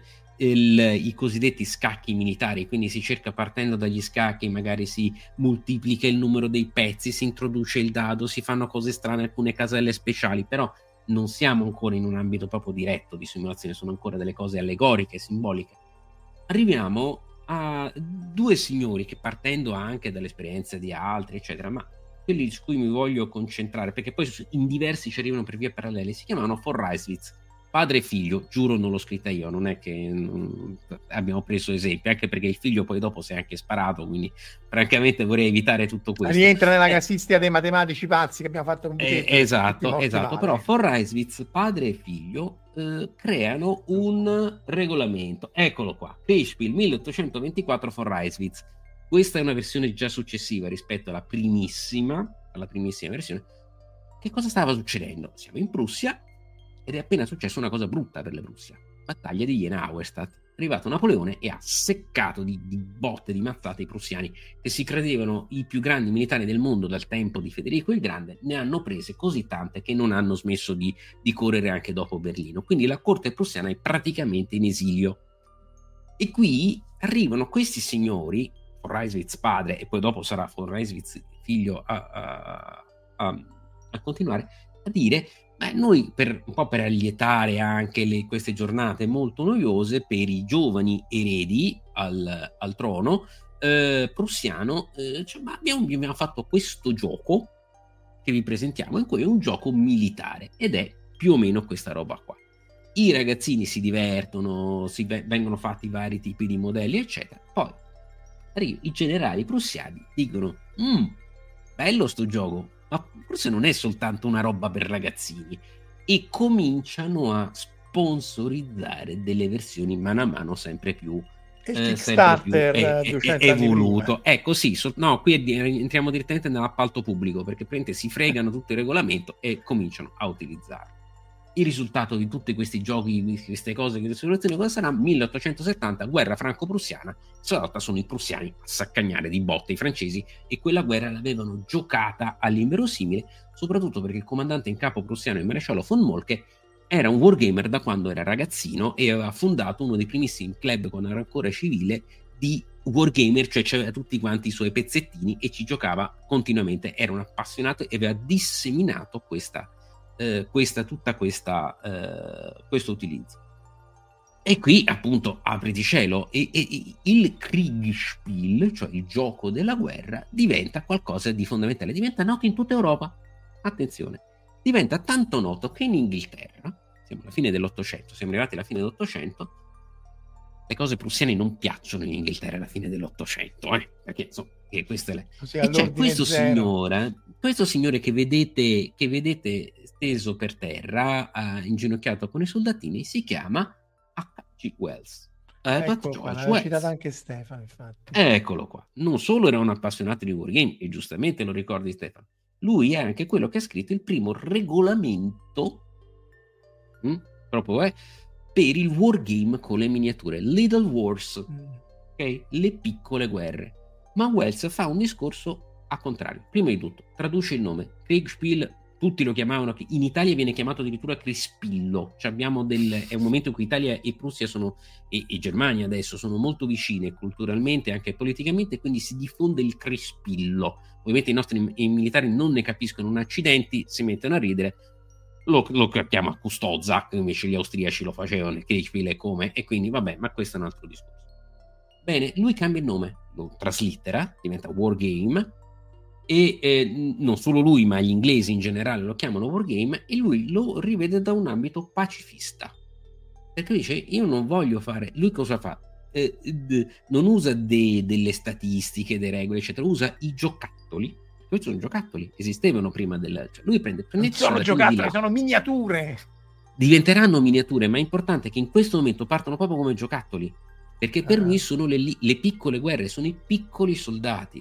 [SPEAKER 3] i cosiddetti scacchi militari, quindi si cerca, partendo dagli scacchi, magari si moltiplica il numero dei pezzi, si introduce il dado, si fanno cose strane, alcune caselle speciali, però non siamo ancora in un ambito proprio diretto di simulazione, sono ancora delle cose allegoriche, simboliche. Arriviamo a due signori che, partendo anche dall'esperienza di altri eccetera, ma quelli su cui mi voglio concentrare, perché poi in diversi ci arrivano per vie parallele, si chiamano von Reiswitz, padre e figlio. Giuro, non l'ho scritta io, non è che abbiamo preso esempi, anche perché il figlio poi dopo si è anche sparato, quindi francamente vorrei evitare tutto questo.
[SPEAKER 2] Rientra nella casistica dei matematici pazzi che abbiamo fatto con
[SPEAKER 3] esatto. Però von Reiswitz, padre e figlio, creano un regolamento. Eccolo qua, Festspiel 1824 von Reiswitz. Questa è una versione già successiva rispetto alla primissima versione. Che cosa stava succedendo? Siamo in Prussia ed è appena successa una cosa brutta per la Prussia. Battaglia di Jena-Auerstadt. È arrivato Napoleone e ha seccato di botte, di mazzate i prussiani, che si credevano i più grandi militari del mondo dal tempo di Federico il Grande. Ne hanno prese così tante che non hanno smesso di correre anche dopo Berlino. Quindi la corte prussiana è praticamente in esilio. E qui arrivano questi signori, von Reiswitz padre, e poi dopo sarà von Reiswitz figlio a continuare a dire: beh, noi un po' per allietare anche queste giornate molto noiose per i giovani eredi al trono prussiano, abbiamo fatto questo gioco che vi presentiamo, in cui è un gioco militare, ed è più o meno questa roba qua. I ragazzini si divertono, vengono fatti vari tipi di modelli eccetera, poi i generali prussiani dicono: bello sto gioco, ma forse non è soltanto una roba per ragazzini, e cominciano a sponsorizzare delle versioni mano a mano sempre più evoluto. Ecco, sì, qui entriamo direttamente nell'appalto pubblico, perché praticamente si fregano tutto il regolamento e cominciano a utilizzarlo. Il risultato di tutti questi giochi, queste cose, queste simulazioni, cosa sarà? 1870, guerra franco-prussiana. Stavolta sono i prussiani a saccagnare di botte i francesi, e quella guerra l'avevano giocata all'inverosimile, soprattutto perché il comandante in capo prussiano, il maresciallo von Moltke, era un wargamer da quando era ragazzino e aveva fondato uno dei primissimi club, quando era ancora civile, di wargamer, cioè aveva tutti quanti i suoi pezzettini e ci giocava continuamente. Era un appassionato e aveva disseminato questa questo utilizzo. E qui appunto apriti cielo, e il Kriegspiel, cioè il gioco della guerra, diventa qualcosa di fondamentale, diventa noto in tutta Europa. Attenzione, diventa tanto noto che in Inghilterra, siamo alla fine dell'Ottocento, siamo arrivati alla fine dell'Ottocento, le cose prussiane non piacciono in Inghilterra alla fine dell'Ottocento, perché insomma, che questo è e c'è questo signore che vedete steso per terra, inginocchiato con i soldatini, si chiama H.G. Wells.
[SPEAKER 2] Ecco qua, l'aveva citato anche Stefano, infatti.
[SPEAKER 3] Eccolo qua. Non solo era un appassionato di wargame, e giustamente lo ricordi Stefano, lui è anche quello che ha scritto il primo regolamento proprio per il wargame con le miniature, Little Wars, okay? Le piccole guerre. Ma Wells fa un discorso a contrario. Prima di tutto, traduce il nome Kriegspiel. Tutti lo chiamavano, in Italia viene chiamato addirittura Crispillo. Cioè è un momento in cui Italia e Prussia e Germania adesso sono molto vicine culturalmente e anche politicamente, quindi si diffonde il Crispillo. Ovviamente i nostri militari non ne capiscono un accidenti, si mettono a ridere, lo chiama Custozza, invece gli austriaci lo facevano, il Kriegspiel è come, e quindi vabbè, ma questo è un altro discorso. Bene, lui cambia il nome, lo traslittera, diventa Wargame, e non solo lui, ma gli inglesi in generale lo chiamano wargame, e lui lo rivede da un ambito pacifista, perché dice io non voglio fare. Lui cosa fa? Non usa delle statistiche, delle regole eccetera, usa i giocattoli. Questi sono giocattoli, esistevano prima cioè lui prende
[SPEAKER 2] sono giocattoli, sono miniature,
[SPEAKER 3] diventeranno miniature, ma è importante che in questo momento partono proprio come giocattoli, perché per lui sono le piccole guerre, sono i piccoli soldati.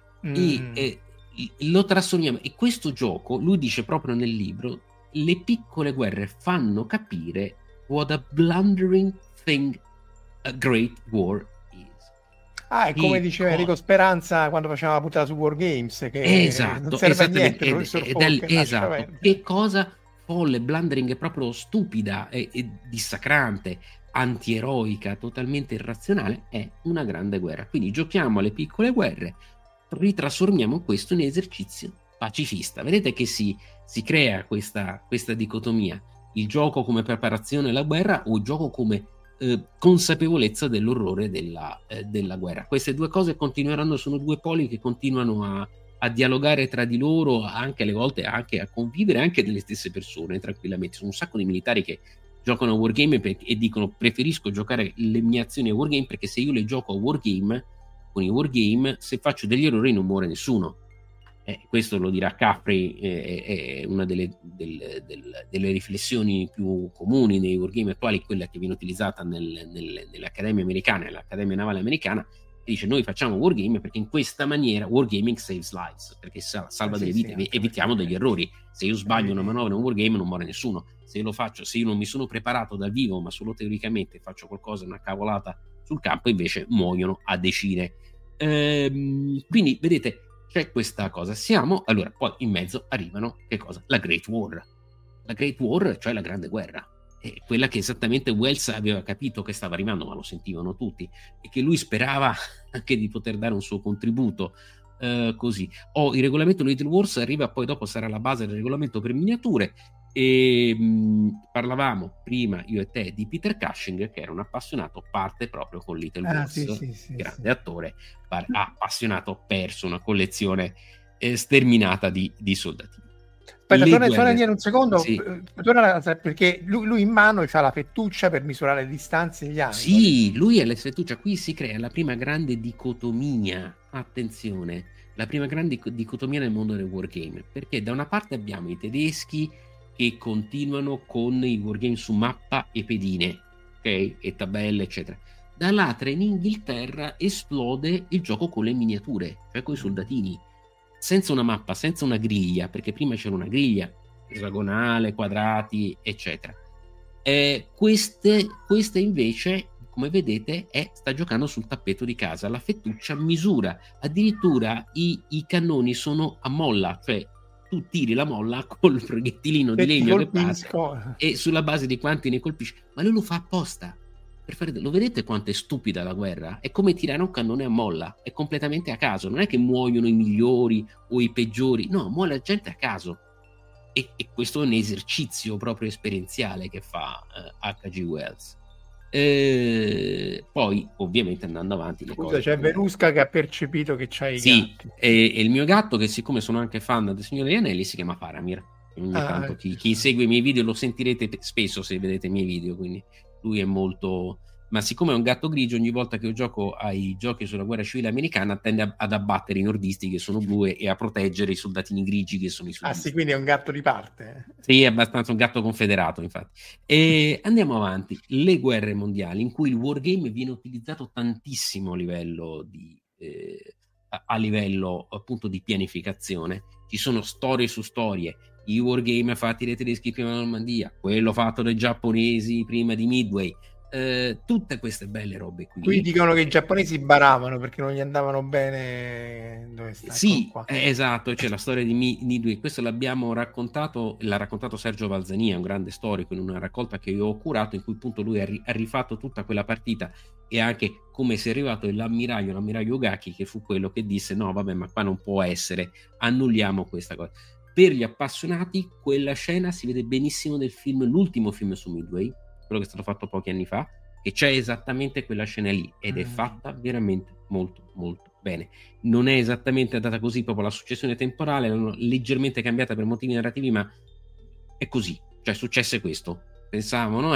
[SPEAKER 3] E lo trasformiamo, e questo gioco, lui dice proprio nel libro, le piccole guerre fanno capire what a blundering thing a great war is.
[SPEAKER 2] È come diceva Enrico Speranza quando faceva la puntata su Wargames, che
[SPEAKER 3] esatto,
[SPEAKER 2] non serve a niente,
[SPEAKER 3] esatto. Che cosa folle, blundering è proprio stupida e dissacrante, antieroica, totalmente irrazionale, è una grande guerra. Quindi giochiamo alle piccole guerre, ritrasformiamo questo in esercizio pacifista. Vedete che si crea questa dicotomia: il gioco come preparazione alla guerra o il gioco come consapevolezza dell'orrore della guerra. Queste due cose continueranno, sono due poli che continuano a dialogare tra di loro, anche alle volte anche a convivere anche delle stesse persone tranquillamente. Sono un sacco di militari che giocano a wargame e dicono preferisco giocare le mie azioni a wargame, perché se io le gioco a wargame, con i wargame, se faccio degli errori non muore nessuno. Questo lo dirà Capri, è una delle riflessioni più comuni nei wargame attuali, quella che viene utilizzata nelle accademie americane, l'Accademia Navale Americana, che dice noi facciamo wargame perché in questa maniera wargaming saves lives, perché salva delle vite, evitiamo degli errori. Se io sbaglio una manovra in un wargame non muore nessuno. Se io lo faccio, se io non mi sono preparato dal vivo ma solo teoricamente faccio qualcosa, una cavolata sul campo, invece muoiono a decine. Quindi vedete, c'è questa cosa. Allora poi in mezzo arrivano che cosa? La Great War, cioè la grande guerra, è quella che esattamente Wells aveva capito che stava arrivando, ma lo sentivano tutti, e che lui sperava anche di poter dare un suo contributo. Così il regolamento Little Wars arriva, poi dopo sarà la base del regolamento per miniature. E parlavamo prima io e te di Peter Cushing, che era un appassionato, parte proprio con Little Wars, grande attore, appassionato, perso una collezione sterminata di soldatini.
[SPEAKER 2] Aspetta, torna indietro un secondo, perché lui in mano c'ha la fettuccia per misurare le distanze e gli angoli.
[SPEAKER 3] Sì, lui è la fettuccia. Qui si crea la prima grande dicotomia, attenzione, la prima grande dicotomia nel mondo del wargame, perché da una parte abbiamo i tedeschi che continuano con i wargame su mappa e pedine, ok, e tabelle eccetera. Dall'altra in Inghilterra esplode il gioco con le miniature, cioè con i soldatini, senza una mappa, senza una griglia, perché prima c'era una griglia esagonale, quadrati eccetera. Queste invece, come vedete, sta giocando sul tappeto di casa. La fettuccia misura, addirittura i cannoni sono a molla, cioè tu tiri la molla col proiettilino di legno che passa e sulla base di quanti ne colpisci, ma lui lo fa apposta per fare. Lo vedete quanto è stupida la guerra? È come tirare un cannone a molla, è completamente a caso, non è che muoiono i migliori o i peggiori, no, muore la gente a caso. e questo è un esercizio proprio esperienziale che fa H.G. Wells. Poi ovviamente andando avanti le cose,
[SPEAKER 2] c'è Verusca che ha percepito che c'hai
[SPEAKER 3] sì, e il mio gatto, che siccome sono anche fan del Signore degli Anelli, si chiama Faramir. Ogni tanto chi segue i miei video lo sentirete spesso se vedete i miei video, quindi lui è molto... Ma siccome è un gatto grigio, ogni volta che io gioco ai giochi sulla guerra civile americana tende ad abbattere i nordisti che sono blu e a proteggere i soldatini grigi che sono i sudisti.
[SPEAKER 2] Sì, quindi è un gatto di parte.
[SPEAKER 3] Sì, è abbastanza un gatto confederato, infatti. E andiamo avanti. Le guerre mondiali, in cui il wargame viene utilizzato tantissimo a livello a livello appunto di pianificazione. Ci sono storie su storie. I wargame fatti dai tedeschi prima della Normandia, quello fatto dai giapponesi prima di Midway. Tutte queste belle robe qui
[SPEAKER 2] dicono che i giapponesi baravano perché non gli andavano bene dove sta,
[SPEAKER 3] sì, esatto, c'è la storia di Midway. Questo l'ha raccontato Sergio Valzania, un grande storico, in una raccolta che io ho curato, in cui appunto lui ha rifatto tutta quella partita e anche come si è arrivato l'ammiraglio Gaki, che fu quello che disse no vabbè, ma qua non può essere, annulliamo questa cosa. Per gli appassionati quella scena si vede benissimo nel film, l'ultimo film su Midway, quello che è stato fatto pochi anni fa, che c'è esattamente quella scena lì ed è fatta veramente molto molto bene. Non è esattamente andata così proprio la successione temporale, l'hanno leggermente cambiata per motivi narrativi, ma è così, cioè successe questo, pensavano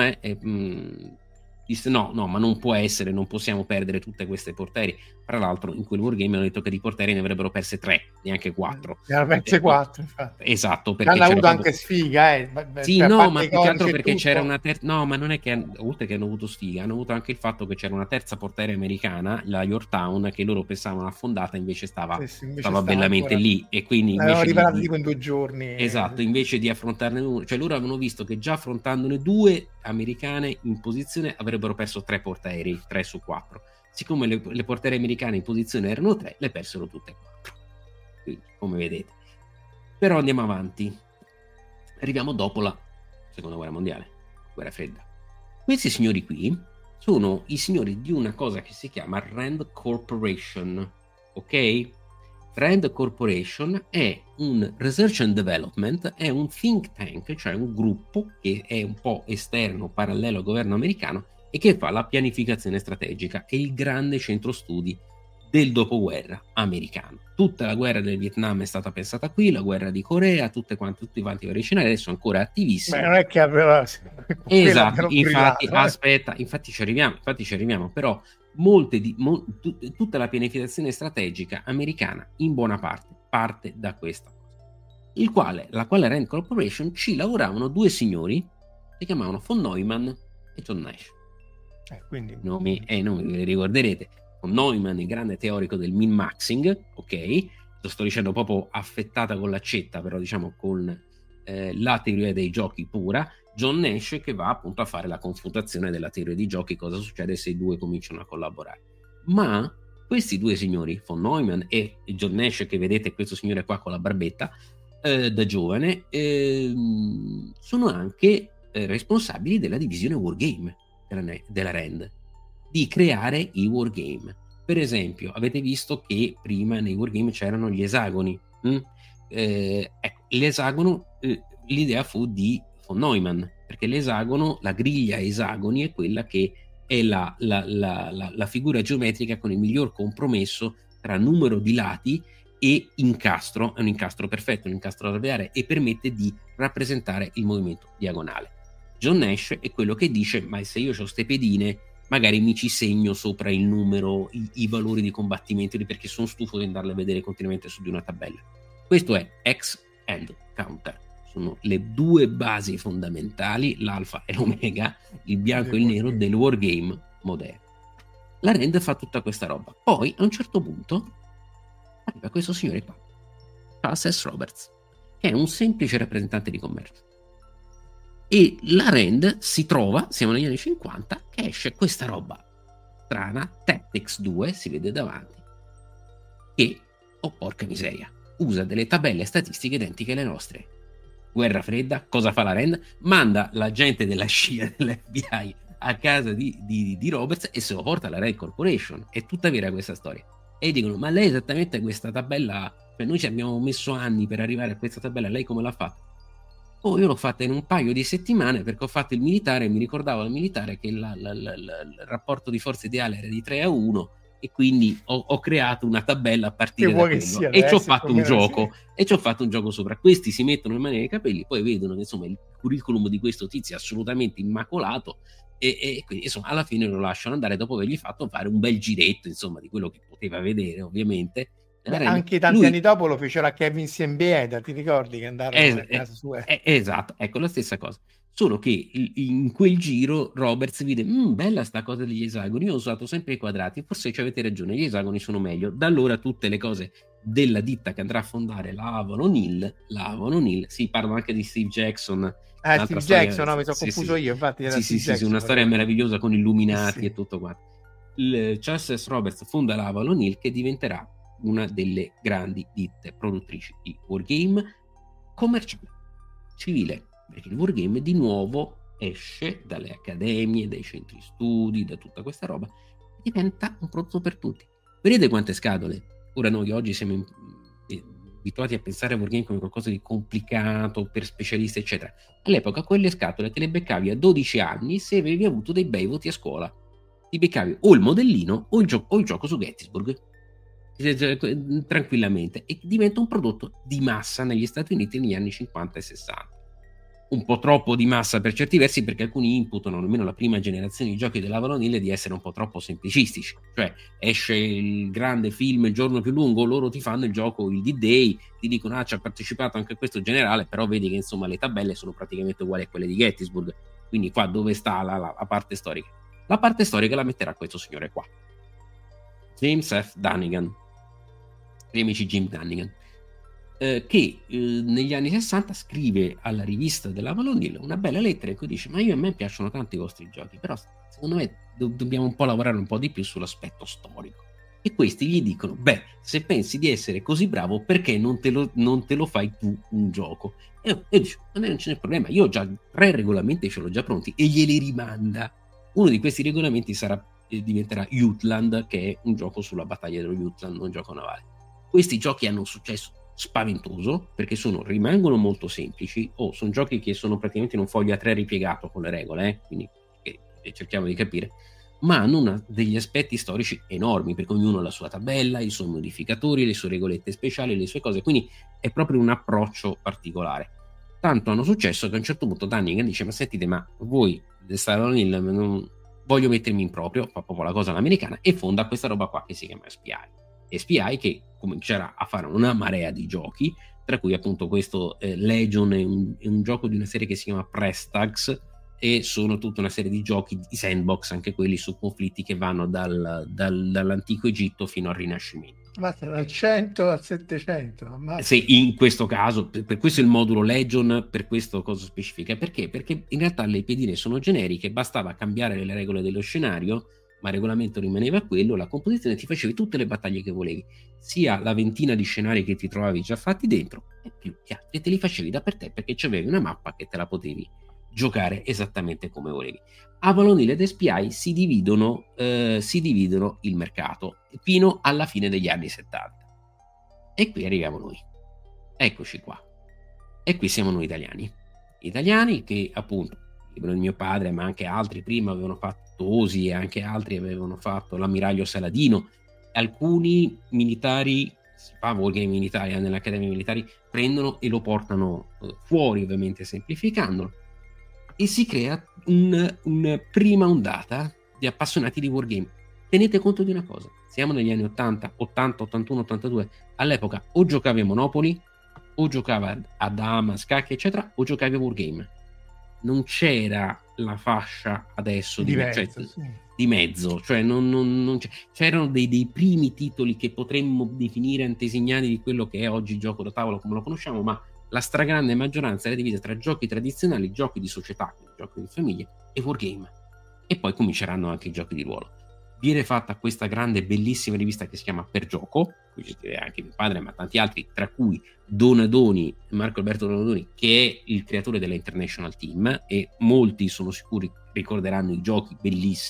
[SPEAKER 3] disse no, ma non può essere, non possiamo perdere tutte queste portieri. Tra l'altro in quel wargame hanno detto che di portieri ne avrebbero perse 3, neanche 4.
[SPEAKER 2] Ne hanno perse 4, infatti.
[SPEAKER 3] Esatto, perché
[SPEAKER 2] hanno avuto anche sfiga,
[SPEAKER 3] sì, no, ma più che altro perché c'era una terza, no, ma non è che oltre che hanno avuto sfiga, hanno avuto anche il fatto che c'era una terza portiere americana, la Yorktown, che loro pensavano affondata, invece stava bellamente ancora lì, e quindi
[SPEAKER 2] l'avevano riparata tipo in 2 giorni.
[SPEAKER 3] Esatto, invece di affrontarne uno, cioè loro avevano visto che già affrontandone 2 americane in posizione avrebbero perso 3 portaerei, 3 su 4. Siccome le portiere americane in posizione erano 3, le persero tutte e 4. Quindi, come vedete. Però andiamo avanti. Arriviamo dopo la seconda guerra mondiale, guerra fredda. Questi signori qui sono i signori di una cosa che si chiama Rand Corporation, ok? Rand Corporation è un research and development, è un think tank, cioè un gruppo che è un po' esterno, parallelo al governo americano, e che fa la pianificazione strategica, è il grande centro studi del dopoguerra americano. Tutta la guerra del Vietnam è stata pensata qui, la guerra di Corea, tutti quanti i vari scenari, adesso ancora attivissimi.
[SPEAKER 2] Ma non è che aveva...
[SPEAKER 3] Esatto, infatti, aspetta, infatti ci arriviamo, però tutta la pianificazione strategica americana in buona parte da questa cosa, la quale Rand Corporation ci lavoravano 2 signori, si chiamavano von Neumann e John Nash.
[SPEAKER 2] Quindi
[SPEAKER 3] nomi ve li ricorderete. Von Neumann, il grande teorico del min-maxing, ok? Lo sto dicendo proprio affettata con l'accetta, però diciamo con la teoria dei giochi pura. John Nash che va appunto a fare la confutazione della teoria dei giochi, cosa succede se i 2 cominciano a collaborare. Ma questi 2 signori, von Neumann e John Nash, che vedete questo signore qua con la barbetta da giovane, sono anche responsabili della divisione wargame della Rand, di creare i wargame. Per esempio, avete visto che prima nei wargame c'erano gli esagoni. Ecco, l'esagono, l'idea fu di von Neumann, perché l'esagono, la griglia esagoni, è quella che è la figura geometrica con il miglior compromesso tra numero di lati e incastro. È un incastro perfetto, un incastro alveare, e permette di rappresentare il movimento diagonale. John Nash è quello che dice: ma se io ho ste pedine, magari mi ci segno sopra il numero, i valori di combattimento, perché sono stufo di andarle a vedere continuamente su di una tabella. Questo è X and Counter, sono le 2 basi fondamentali, l'alfa e l'omega, il bianco e il nero del wargame moderno. La Rand fa tutta questa roba. Poi a un certo punto arriva questo signore qua, Charles S. Roberts, che è un semplice rappresentante di commercio. E la Rand si trova, siamo negli anni 50, che esce questa roba strana, Tactics 2, si vede davanti, e, oh porca miseria, usa delle tabelle statistiche identiche alle nostre. Guerra fredda, cosa fa la Rand? Manda l'agente della CIA, dell'FBI, a casa di Roberts e se lo porta alla Rand Corporation. È tutta vera questa storia. E dicono: ma lei esattamente questa tabella, cioè noi ci abbiamo messo anni per arrivare a questa tabella, lei come l'ha fatta? Oh, io l'ho fatta in un paio di settimane perché ho fatto il militare e mi ricordavo al militare che il rapporto di forza ideale era di 3-1 e quindi ho creato una tabella a partire da quello e ci ho fatto un gioco e ci ho fatto un gioco sopra. Questi si mettono in mano nei capelli, poi vedono che insomma il curriculum di questo tizio è assolutamente immacolato e quindi insomma alla fine lo lasciano andare dopo avergli fatto fare un bel giretto insomma di quello che poteva vedere ovviamente.
[SPEAKER 2] Anche tanti anni dopo lo fecero a Kevin Siembieda, ti ricordi che andarono a casa sua?
[SPEAKER 3] Esatto, ecco la stessa cosa. Solo che in quel giro Roberts vide bella sta cosa degli esagoni, io ho usato sempre i quadrati, forse ci avete ragione, gli esagoni sono meglio. Da allora tutte le cose della ditta che andrà a fondare la Avalon Hill, si parla anche di Steve Jackson.
[SPEAKER 2] Steve Jackson, no, mi sono confuso io, infatti era
[SPEAKER 3] sì, una storia meravigliosa con Illuminati e tutto quanto. Charles Roberts fonda la Avalon Hill che diventerà una delle grandi ditte produttrici di wargame commerciale, civile, perché il wargame di nuovo esce dalle accademie, dai centri studi, da tutta questa roba, diventa un prodotto per tutti. Vedete quante scatole? Ora noi oggi siamo abituati a pensare a wargame come qualcosa di complicato per specialisti eccetera. All'epoca quelle scatole te le beccavi a 12 anni se avevi avuto dei bei voti a scuola, ti beccavi o il modellino o il gioco su Gettysburg tranquillamente, e diventa un prodotto di massa negli Stati Uniti negli anni 50 e 60, un po' troppo di massa per certi versi, perché alcuni imputano almeno la prima generazione di giochi dell'Avalon Hill di essere un po' troppo semplicistici, cioè esce il grande film Il giorno più lungo, loro ti fanno il gioco il D-Day, ti dicono ci ha partecipato anche questo generale, però vedi che insomma le tabelle sono praticamente uguali a quelle di Gettysburg, quindi qua dove sta la parte storica? La parte storica la metterà questo signore qua, James F. Dunnigan, gli amici Jim Dunnigan, che negli anni 60 scrive alla rivista dell'Avalon Hill una bella lettera in cui dice: ma a me piacciono tanto i vostri giochi, però secondo me dobbiamo un po' lavorare un po' di più sull'aspetto storico. E questi gli dicono: beh, se pensi di essere così bravo, perché non te lo fai tu un gioco? E dice: a me non ce n'è problema, io ho già 3 regolamenti, ce l'ho già pronti, e glieli rimanda. Uno di questi regolamenti diventerà Jutland, che è un gioco sulla battaglia dello Jutland, un gioco navale. Questi giochi hanno un successo spaventoso perché rimangono molto semplici, sono giochi che sono praticamente in un foglio A3 ripiegato con le regole, quindi cerchiamo di capire, ma hanno degli aspetti storici enormi perché ognuno ha la sua tabella, i suoi modificatori, le sue regolette speciali, le sue cose, quindi è proprio un approccio particolare. Tanto hanno successo che a un certo punto Dunnigan dice: ma sentite, ma voi Avalon Hill non voglio mettermi in proprio, fa proprio la cosa all'americana, e fonda questa roba qua che si chiama SPI, che comincerà a fare una marea di giochi, tra cui appunto questo Legion è un gioco di una serie che si chiama Prestax, e sono tutta una serie di giochi di sandbox, anche quelli su conflitti che vanno dall'antico Egitto fino al Rinascimento.
[SPEAKER 2] Ma dal 100 al 700.
[SPEAKER 3] Sì, in questo caso, per questo il modulo Legion, per questo cosa specifica. Perché? Perché in realtà le pedine sono generiche, bastava cambiare le regole dello scenario, ma il regolamento rimaneva quello, la composizione, ti facevi tutte le battaglie che volevi, sia la ventina di scenari che ti trovavi già fatti dentro, e più gli altri te li facevi da per te, perché c'avevi una mappa che te la potevi giocare esattamente come volevi. Avalon Hill ed SPI si dividono il mercato fino alla fine degli anni 70. E qui arriviamo noi. Eccoci qua. E qui siamo noi italiani che appunto, libro di mio padre, ma anche altri prima avevano fatto Tosi, e anche altri avevano fatto l'Ammiraglio Saladino. Alcuni militari, si fa wargame militari nelle accademie militari, prendono e lo portano fuori, ovviamente semplificandolo, e si crea una prima ondata di appassionati di wargame. Tenete conto di una cosa: siamo negli anni 80, 81, 82. All'epoca o giocavi a Monopoly, o giocavi a Dama, scacchi eccetera, o giocavi a wargame. Non c'era la fascia adesso di mezzo, cioè non c'erano dei primi titoli che potremmo definire antesignani di quello che è oggi il gioco da tavolo come lo conosciamo, ma la stragrande maggioranza era divisa tra giochi tradizionali, giochi di società, giochi di famiglia e wargame. E poi cominceranno anche i giochi di ruolo. Viene fatta questa grande bellissima rivista che si chiama Per Gioco, qui c'è anche mio padre ma tanti altri, tra cui Marco Alberto Donadoni, che è il creatore della International Team, e molti sono sicuri ricorderanno i giochi bellissimi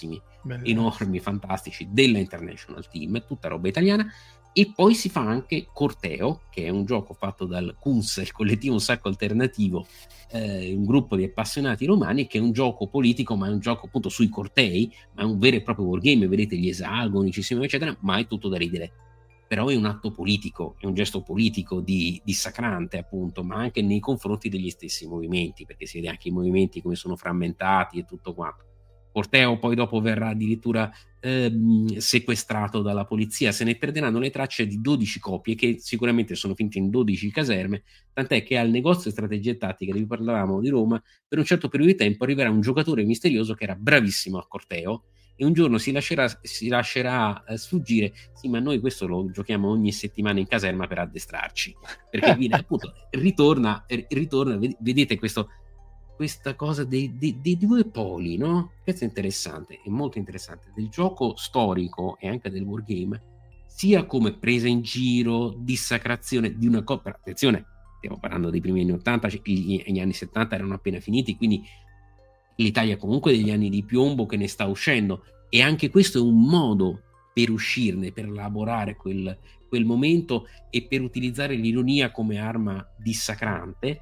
[SPEAKER 3] enormi, fantastici della International Team, tutta roba italiana. E poi si fa anche Corteo, che è un gioco fatto dal KUNS, il collettivo Un Sacco Alternativo, un gruppo di appassionati romani, che è un gioco politico, ma è un gioco appunto sui cortei, ma è un vero e proprio wargame, vedete gli esagoni, ci sono eccetera, ma è tutto da ridere. Però è un atto politico, è un gesto politico dissacrante appunto, ma anche nei confronti degli stessi movimenti, perché si vede anche i movimenti come sono frammentati e tutto quanto. Corteo poi dopo verrà addirittura sequestrato dalla polizia, se ne perderanno le tracce di 12 copie che sicuramente sono finite in 12 caserme, tant'è che al negozio di strategia e tattica di cui parlavamo di Roma, per un certo periodo di tempo arriverà un giocatore misterioso che era bravissimo a Corteo, e un giorno si lascerà sfuggire: sì, ma noi questo lo giochiamo ogni settimana in caserma per addestrarci, perché viene appunto ritorna, vedete questa cosa dei due poli, no? Questo è interessante, è molto interessante, del gioco storico e anche del wargame, sia come presa in giro, dissacrazione di una cosa. Attenzione, stiamo parlando dei primi anni 80, gli anni 70 erano appena finiti, quindi l'Italia comunque degli anni di piombo che ne sta uscendo, e anche questo è un modo per uscirne, per elaborare quel momento e per utilizzare l'ironia come arma dissacrante.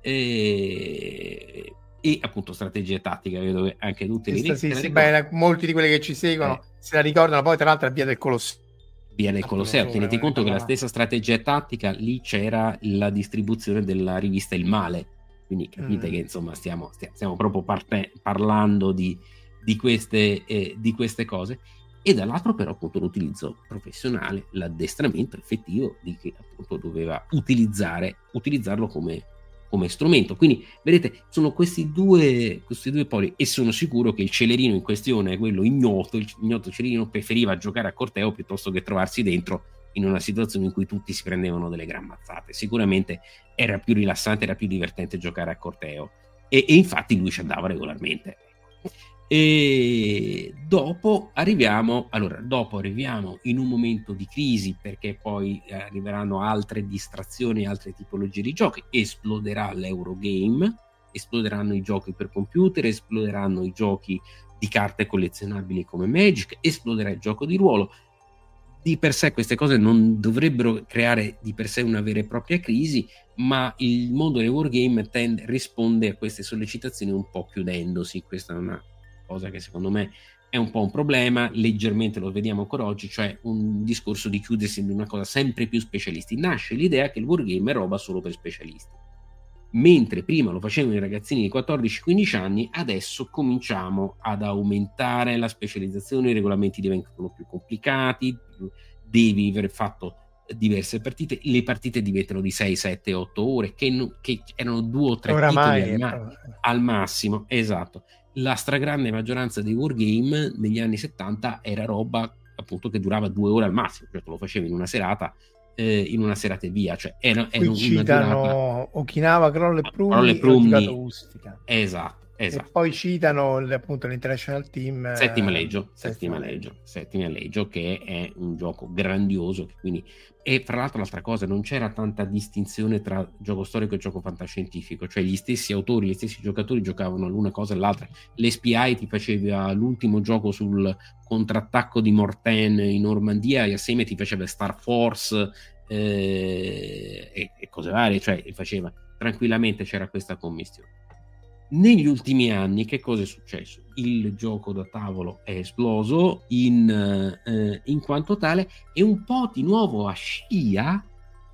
[SPEAKER 3] E appunto strategia e tattica, vedo che anche tutte
[SPEAKER 2] le molti di quelli che ci seguono se la ricordano. Poi tra l'altro è Via del Colosseo,
[SPEAKER 3] tenete conto che la stessa strategia e tattica lì c'era la distribuzione della rivista Il Male, quindi capite che insomma stiamo proprio parlando di queste cose. E dall'altro però appunto l'utilizzo professionale, l'addestramento effettivo di chi appunto doveva utilizzarlo come strumento. Quindi vedete, sono questi due poli, e sono sicuro che il celerino in questione, quello ignoto, il ignoto celerino, preferiva giocare a Corteo piuttosto che trovarsi dentro in una situazione in cui tutti si prendevano delle gran mazzate. Sicuramente era più rilassante, era più divertente giocare a Corteo, e infatti lui ci andava regolarmente. E dopo arriviamo in un momento di crisi, perché poi arriveranno altre distrazioni, altre tipologie di giochi, esploderà l'Eurogame, esploderanno i giochi per computer, esploderanno i giochi di carte collezionabili come Magic, esploderà il gioco di ruolo. Di per sé queste cose non dovrebbero creare di per sé una vera e propria crisi, ma il mondo dei wargame risponde a queste sollecitazioni un po' chiudendosi. Questa è una cosa che secondo me è un po' un problema, leggermente lo vediamo ancora oggi, cioè un discorso di chiudersi in una cosa sempre più specialisti. Nasce l'idea che il wargame è roba solo per specialisti, mentre prima lo facevano i ragazzini di 14-15 anni, adesso cominciamo ad aumentare la specializzazione, i regolamenti diventano più complicati, devi aver fatto diverse partite, le partite diventano di 6, 7, 8 ore, che erano 2 o 3 titoli al massimo. Esatto. La stragrande maggioranza dei wargame negli anni 70 era roba appunto che durava 2 ore al massimo, cioè lo facevi in una serata e via, cioè era una durata.
[SPEAKER 2] Okinawa, Kroll e Prummi,
[SPEAKER 3] esatto.
[SPEAKER 2] E poi citano appunto l'International Team,
[SPEAKER 3] Settima Legio, che è un gioco grandioso, quindi. E fra l'altro l'altra cosa, non c'era tanta distinzione tra gioco storico e gioco fantascientifico, cioè gli stessi autori, gli stessi giocatori giocavano l'una cosa e l'altra. L'SPI ti faceva l'ultimo gioco sul contrattacco di Mortain in Normandia, e assieme ti faceva Star Force e cose varie, cioè faceva tranquillamente, c'era questa commistione. Negli ultimi anni che cosa è successo? Il gioco da tavolo è esploso in quanto tale, e un po' di nuovo a scia,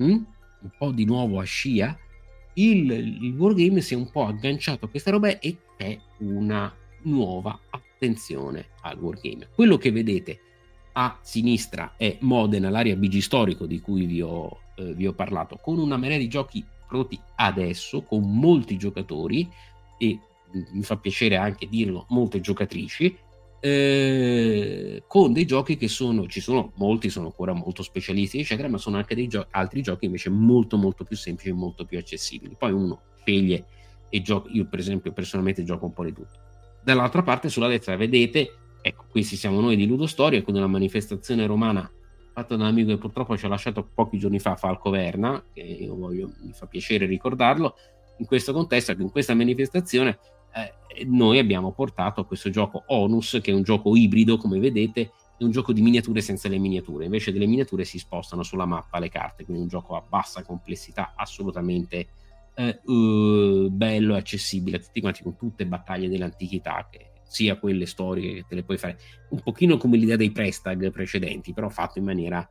[SPEAKER 3] il wargame si è un po' agganciato a questa roba, e c'è una nuova attenzione al wargame. Quello che vedete a sinistra è Modena, l'area BG storico di cui vi ho parlato, con una marea di giochi prodotti adesso, con molti giocatori, e mi fa piacere anche dirlo, molte giocatrici, con dei giochi che molti sono ancora molto specialisti eccetera, ma sono anche altri giochi invece molto molto più semplici e molto più accessibili. Poi uno sceglie e gioca. Io per esempio personalmente gioco un po' di tutto. Dall'altra parte sulla destra vedete, ecco, questi siamo noi di Ludo Storia, con una manifestazione romana fatta da un amico che purtroppo ci ha lasciato pochi giorni fa, Falco Verna, che mi fa piacere ricordarlo in questo contesto, che in questa manifestazione noi abbiamo portato a questo gioco Onus, che è un gioco ibrido, come vedete, è un gioco di miniature senza le miniature. Invece delle miniature si spostano sulla mappa le carte, quindi un gioco a bassa complessità, assolutamente bello e accessibile a tutti quanti, con tutte battaglie dell'antichità, che sia quelle storiche che te le puoi fare un pochino come l'idea dei Prestag precedenti, però fatto in maniera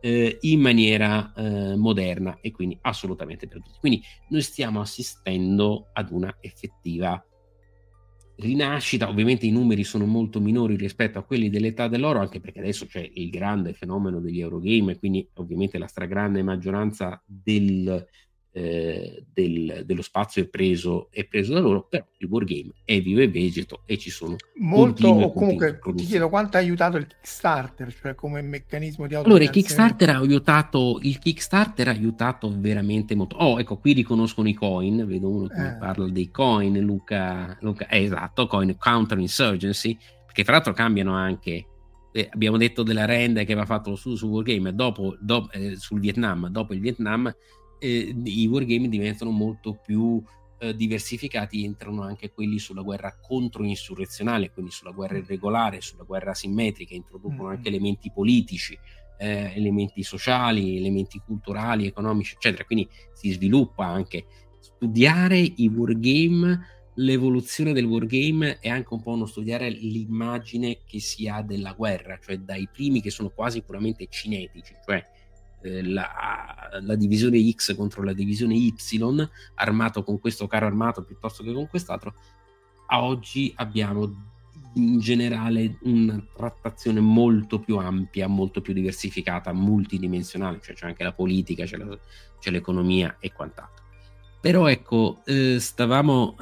[SPEAKER 3] moderna, e quindi assolutamente per tutti. Quindi noi stiamo assistendo ad una effettiva rinascita. Ovviamente i numeri sono molto minori rispetto a quelli dell'età dell'oro, anche perché adesso c'è il grande fenomeno degli Eurogame, quindi ovviamente la stragrande maggioranza dello spazio è preso da loro, però il wargame è vivo e vegeto e ci sono
[SPEAKER 2] molto. Comunque ti chiedo quanto ha aiutato il Kickstarter, cioè come meccanismo di autofinanziamento.
[SPEAKER 3] Il Kickstarter ha aiutato veramente molto. Ecco, qui riconoscono i coin, vedo uno che mi parla dei coin, Luca esatto, coin Counter Insurgency, perché fra l'altro cambiano anche. Abbiamo detto della renda che aveva fatto su wargame dopo sul Vietnam. Dopo il Vietnam i wargame diventano molto più diversificati, entrano anche quelli sulla guerra controinsurrezionale, quindi sulla guerra irregolare, sulla guerra asimmetrica, introducono anche elementi politici, elementi sociali, elementi culturali, economici, eccetera. Quindi si sviluppa anche studiare i wargame, l'evoluzione del wargame è anche un po' uno studiare l'immagine che si ha della guerra, cioè dai primi che sono quasi puramente cinetici, cioè la divisione X contro la divisione Y, armato con questo carro armato piuttosto che con quest'altro, a oggi abbiamo in generale una trattazione molto più ampia, molto più diversificata, multidimensionale, cioè c'è anche la politica, c'è l'economia e quant'altro. Però ecco, stavamo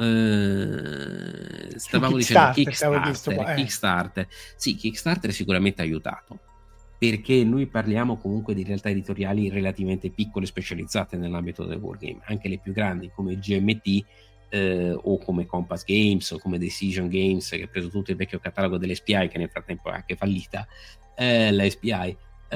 [SPEAKER 3] dicendo Kickstarter. Sì, Kickstarter sicuramente ha aiutato, perché noi parliamo comunque di realtà editoriali relativamente piccole, specializzate nell'ambito del wargame. Anche le più grandi come GMT o come Compass Games o come Decision Games, che ha preso tutto il vecchio catalogo dell'SPI, che nel frattempo è anche fallita, la SPI,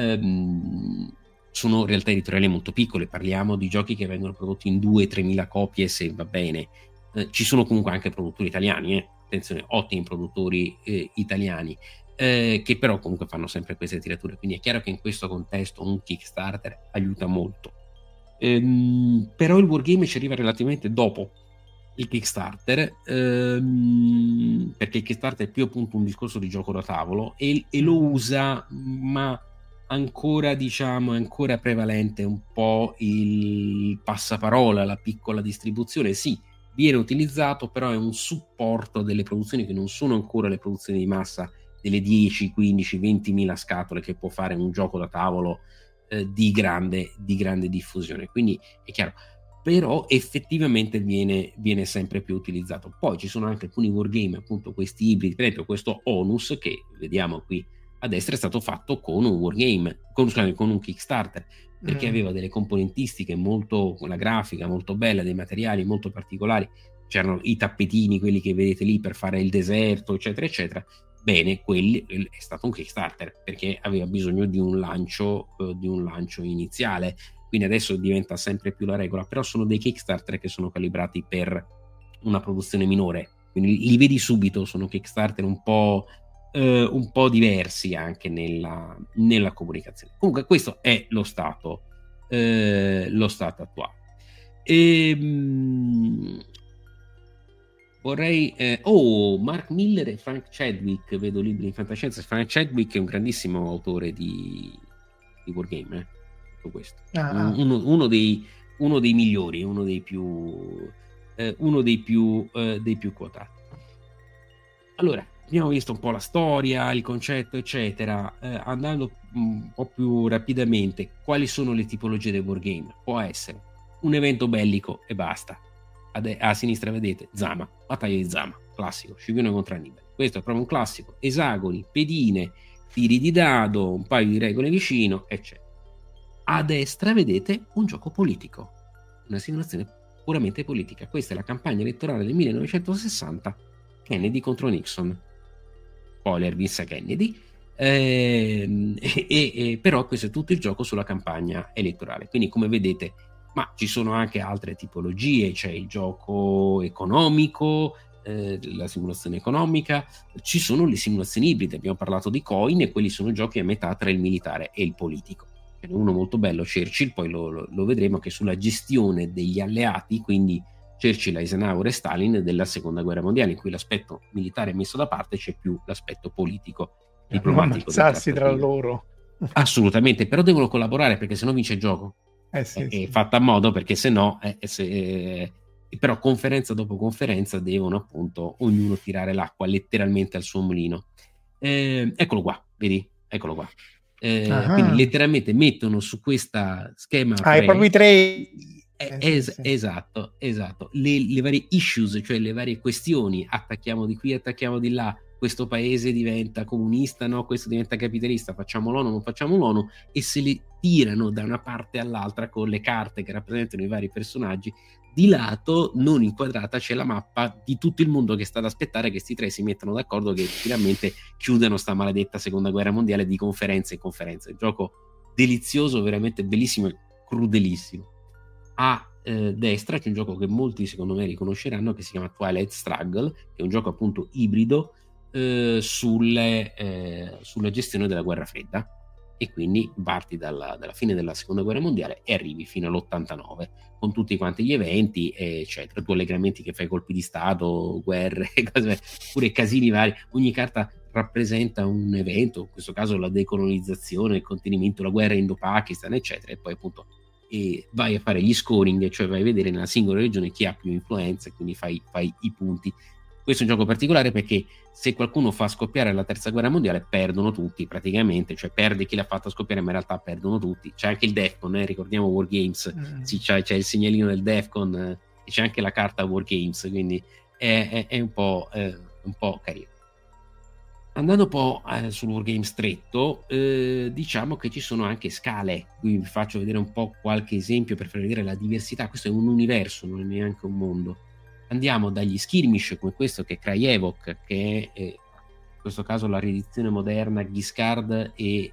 [SPEAKER 3] sono realtà editoriali molto piccole. Parliamo di giochi che vengono prodotti in 2-3 copie se va bene. Ci sono comunque anche produttori italiani, attenzione, ottimi produttori italiani, che però comunque fanno sempre queste tirature, quindi è chiaro che in questo contesto un Kickstarter aiuta molto. Però il wargame ci arriva relativamente dopo il Kickstarter, perché il Kickstarter è più appunto un discorso di gioco da tavolo e lo usa, ma ancora è ancora prevalente un po' il passaparola, la piccola distribuzione. Sì, viene utilizzato, però è un supporto delle produzioni che non sono ancora le produzioni di massa delle 10, 15, 20.000 scatole che può fare un gioco da tavolo di grande diffusione. Quindi è chiaro, però effettivamente viene sempre più utilizzato. Poi ci sono anche alcuni wargame, appunto questi ibridi, per esempio questo Onus che vediamo qui a destra è stato fatto con un wargame, con un Kickstarter, perché aveva delle componentistiche molto, la grafica molto bella, dei materiali molto particolari, c'erano i tappetini, quelli che vedete lì per fare il deserto, eccetera eccetera. Bene, quelli è stato un Kickstarter perché aveva bisogno di un lancio iniziale, quindi adesso diventa sempre più la regola, però sono dei Kickstarter che sono calibrati per una produzione minore, quindi li vedi subito, sono Kickstarter un po' diversi anche nella comunicazione. Comunque questo è lo stato attuale. Vorrei Mark Miller e Frank Chadwick, vedo libri in fantascienza. Frank Chadwick è un grandissimo autore di wargame, tutto questo. Uno dei migliori, uno dei più quotati. Allora, abbiamo visto un po' la storia, il concetto, eccetera. Andando un po' più rapidamente, quali sono le tipologie del wargame? Può essere un evento bellico e basta. A sinistra vedete Zama, battaglia di Zama, classico, Scipione contro Annibale. Questo è proprio un classico, esagoni, pedine, tiri di dado, un paio di regole vicino, eccetera. A destra vedete un gioco politico, una simulazione puramente politica. Questa è la campagna elettorale del 1960, Kennedy contro Nixon. Spoiler, vinse Kennedy, però questo è tutto il gioco sulla campagna elettorale. Quindi come vedete, ma ci sono anche altre tipologie, c'è il gioco economico, la simulazione economica, ci sono le simulazioni ibride, abbiamo parlato di Coin, e quelli sono giochi a metà tra il militare e il politico. Ce n'è uno molto bello, Churchill, poi lo vedremo, che è sulla gestione degli alleati, quindi Churchill, Eisenhower e Stalin della seconda guerra mondiale, in cui l'aspetto militare è messo da parte, c'è più l'aspetto politico, diplomatico.
[SPEAKER 2] Ammazzarsi tra loro.
[SPEAKER 3] Assolutamente, però devono collaborare, perché sennò vince il gioco.
[SPEAKER 2] Sì.
[SPEAKER 3] È fatta a modo, perché sennò però conferenza dopo conferenza devono appunto ognuno tirare l'acqua letteralmente al suo mulino. Eccolo qua, vedi? Eccolo qua. Quindi letteralmente mettono su questa schema
[SPEAKER 2] proprio i tre.
[SPEAKER 3] Esatto, le varie issues, cioè le varie questioni: attacchiamo di qui, attacchiamo di là, questo paese diventa comunista, no, questo diventa capitalista, facciamo l'ONU, non facciamo l'ONU, e se le tirano da una parte all'altra con le carte che rappresentano i vari personaggi. Di lato, non inquadrata, c'è la mappa di tutto il mondo che sta ad aspettare che questi tre si mettano d'accordo, che finalmente chiudano sta maledetta seconda guerra mondiale di conferenze e conferenze. Un gioco delizioso, veramente bellissimo e crudelissimo. A destra c'è un gioco che molti secondo me riconosceranno, che si chiama Twilight Struggle, che è un gioco appunto ibrido sulla gestione della guerra fredda, e quindi parti dalla fine della seconda guerra mondiale e arrivi fino all'89 con tutti quanti gli eventi eccetera, tu allegramenti che fai, colpi di stato, guerre, cose, pure casini vari. Ogni carta rappresenta un evento, in questo caso la decolonizzazione, il contenimento, la guerra Indo-Pakistan eccetera, e poi appunto vai a fare gli scoring, cioè vai a vedere nella singola regione chi ha più influenza, e quindi fai i punti. Questo è un gioco particolare perché se qualcuno fa scoppiare la terza guerra mondiale, perdono tutti praticamente, cioè perde chi l'ha fatta scoppiare, ma in realtà perdono tutti. C'è anche il Defcon, ricordiamo Wargames, sì, c'è il segnalino del Defcon, e c'è anche la carta Wargames, quindi è un po' carino. Andando un po' sul Wargame stretto, diciamo che ci sono anche scale. Qui vi faccio vedere un po' qualche esempio per far vedere la diversità. Questo è un universo, non è neanche un mondo. Andiamo dagli skirmish come questo, che è Krajevok, che è in questo caso la riedizione moderna, Guiscard e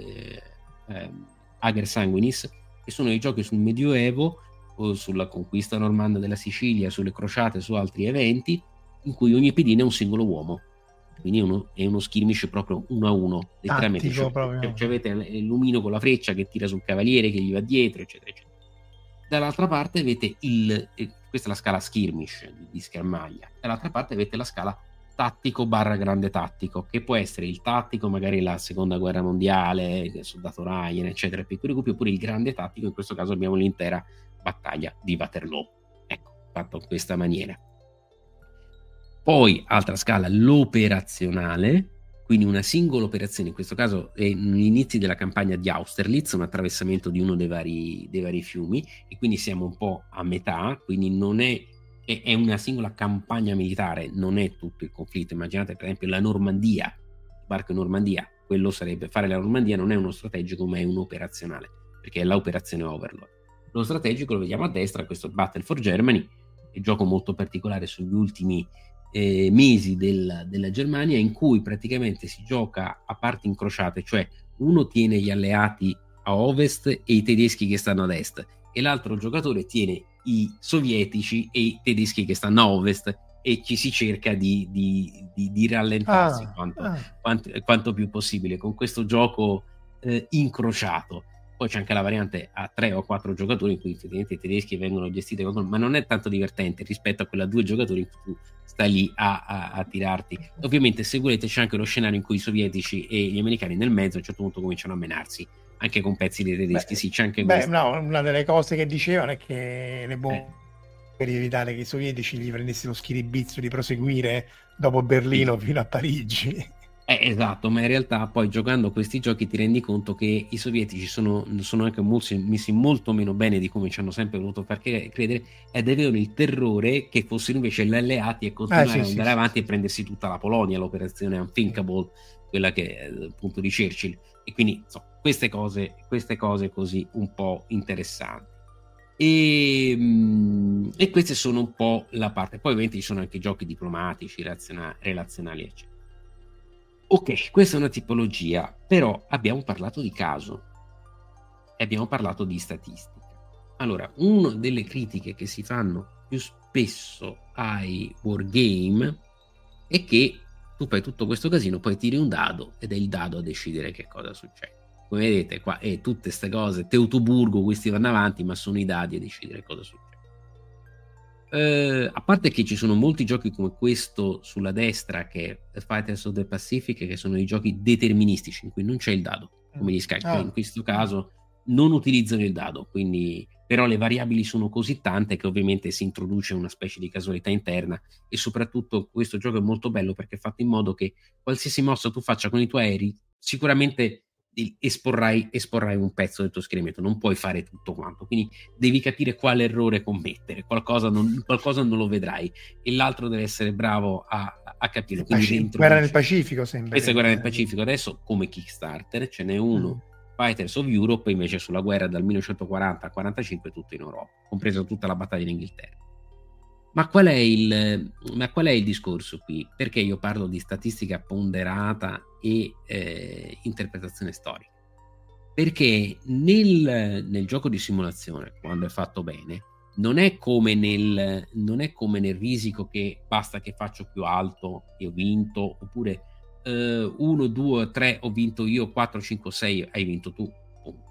[SPEAKER 3] Ager Sanguinis, che sono i giochi sul Medioevo o sulla conquista normanna della Sicilia, sulle crociate, su altri eventi, in cui ogni pedina è un singolo uomo. Quindi è uno skirmish proprio 1 a 1, letteralmente. Cioè avete l'omino con la freccia che tira sul cavaliere, che gli va dietro, eccetera, eccetera. Dall'altra parte avete questa è la scala skirmish di schermaglia. Dall'altra parte avete la scala tattico / grande tattico, che può essere il tattico, magari la seconda guerra mondiale, il soldato Ryan, eccetera, piccoli gruppi, oppure il grande tattico. In questo caso abbiamo l'intera battaglia di Waterloo. Ecco, fatto in questa maniera. Poi, altra scala, l'operazionale, quindi una singola operazione, in questo caso è gli inizi della campagna di Austerlitz, un attraversamento di uno dei vari fiumi, e quindi siamo un po' a metà, quindi non è una singola campagna militare, non è tutto il conflitto. Immaginate per esempio la Normandia, il barco in Normandia, quello sarebbe, fare la Normandia non è uno strategico ma è un operazionale, perché è l'operazione Overlord. Lo strategico lo vediamo a destra, questo Battle for Germany, è un gioco molto particolare sugli ultimi mesi della Germania, in cui praticamente si gioca a parti incrociate, cioè uno tiene gli alleati a ovest e i tedeschi che stanno ad est, e l'altro giocatore tiene i sovietici e i tedeschi che stanno a ovest, e ci si cerca di rallentarsi quanto più possibile con questo gioco incrociato. Poi c'è anche la variante a 3 o 4 giocatori, in cui effettivamente i tedeschi vengono gestiti, ma non è tanto divertente rispetto a quella a 2 giocatori in cui tu stai lì a tirarti. Ovviamente, se volete, c'è anche lo scenario in cui i sovietici e gli americani nel mezzo a un certo punto cominciano a menarsi anche con pezzi dei tedeschi. Sì, c'è anche questo.
[SPEAKER 2] No, una delle cose che dicevano è che le bombe per evitare che i sovietici gli prendessero schiribizzo di proseguire dopo Berlino fino a Parigi.
[SPEAKER 3] Esatto, ma in realtà poi giocando questi giochi ti rendi conto che i sovietici sono anche messi molto meno bene di come ci hanno sempre voluto far credere, ed avevano il terrore che fossero invece gli alleati e continuare ad andare avanti e prendersi tutta la Polonia, l'operazione Unthinkable, quella che è il punto di Churchill. E quindi insomma, queste cose così un po' interessanti. E queste sono un po' la parte. Poi ovviamente ci sono anche giochi diplomatici, relazionali, eccetera. Ok, questa è una tipologia, però abbiamo parlato di caso e abbiamo parlato di statistica. Allora, una delle critiche che si fanno più spesso ai wargame è che tu fai tutto questo casino, poi tiri un dado ed è il dado a decidere che cosa succede. Come vedete qua è tutte queste cose, Teutoburgo, questi vanno avanti, ma sono i dadi a decidere cosa succede. A parte che ci sono molti giochi come questo sulla destra, che è Fighters of the Pacific, che sono i giochi deterministici in cui non c'è il dado, come gli Skype. In questo caso non utilizzano il dado, quindi però le variabili sono così tante che ovviamente si introduce una specie di casualità interna, e soprattutto questo gioco è molto bello perché è fatto in modo che qualsiasi mossa tu faccia con i tuoi aerei sicuramente esporrai un pezzo del tuo schieramento, non puoi fare tutto quanto, quindi devi capire quale errore commettere, qualcosa non lo vedrai e l'altro deve essere bravo a capire.
[SPEAKER 2] Guerra nel Pacifico sembra.
[SPEAKER 3] Questa è Guerra nel Pacifico. Adesso come Kickstarter ce n'è uno, Fighters of Europe, invece sulla guerra dal 1940 al 45 tutto in Europa, compresa tutta la battaglia in Inghilterra. Ma qual è il discorso qui? Perché io parlo di statistica ponderata e interpretazione storica? Perché nel gioco di simulazione, quando è fatto bene, non è come nel risico, che basta che faccio più alto e ho vinto, oppure 1, 2, 3 ho vinto io, 4, 5, 6 hai vinto tu, punto.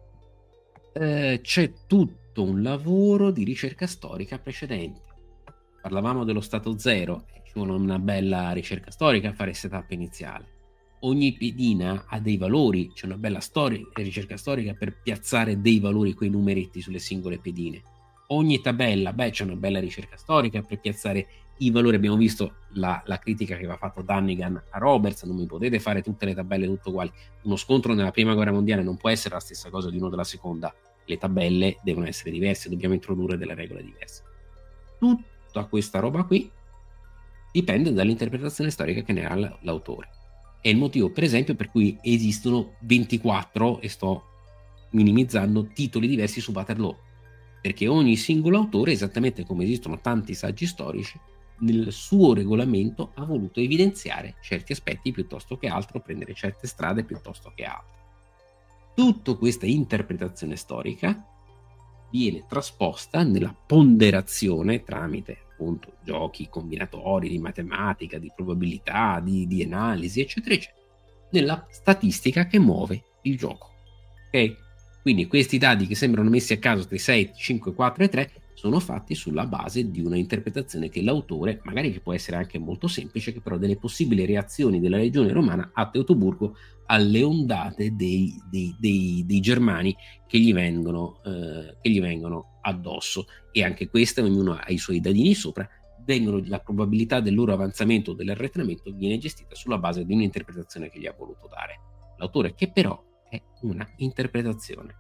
[SPEAKER 3] C'è tutto un lavoro di ricerca storica precedente. Parlavamo dello stato zero, ci vuole una bella ricerca storica a fare il setup iniziale. Ogni pedina ha dei valori, c'è una bella ricerca storica per piazzare dei valori, quei numeretti sulle singole pedine. Ogni tabella, c'è una bella ricerca storica per piazzare i valori. Abbiamo visto la critica che aveva fatto Dunnigan a Roberts: non mi potete fare tutte le tabelle tutto uguali. Uno scontro nella prima guerra mondiale non può essere la stessa cosa di uno della seconda, le tabelle devono essere diverse, dobbiamo introdurre delle regole diverse. Tutta questa roba qui dipende dall'interpretazione storica che ne ha l'autore. È il motivo, per esempio, per cui esistono 24, e sto minimizzando, titoli diversi su Waterloo, perché ogni singolo autore, esattamente come esistono tanti saggi storici, nel suo regolamento ha voluto evidenziare certi aspetti piuttosto che altro, prendere certe strade piuttosto che altre. Tutta questa interpretazione storica viene trasposta nella ponderazione tramite appunto giochi combinatori di matematica, di probabilità, di analisi, eccetera, eccetera, nella statistica che muove il gioco. Ok? Quindi questi dati che sembrano messi a caso tra 6, 5, 4 e 3 sono fatti sulla base di una interpretazione che l'autore, magari che può essere anche molto semplice, che però delle possibili reazioni della legione romana a Teutoburgo alle ondate dei germani che gli vengono addosso, e anche queste, ognuno ha i suoi dadini sopra, la probabilità del loro avanzamento o dell'arretramento viene gestita sulla base di un'interpretazione che gli ha voluto dare l'autore, che però è una interpretazione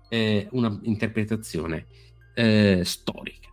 [SPEAKER 3] storica.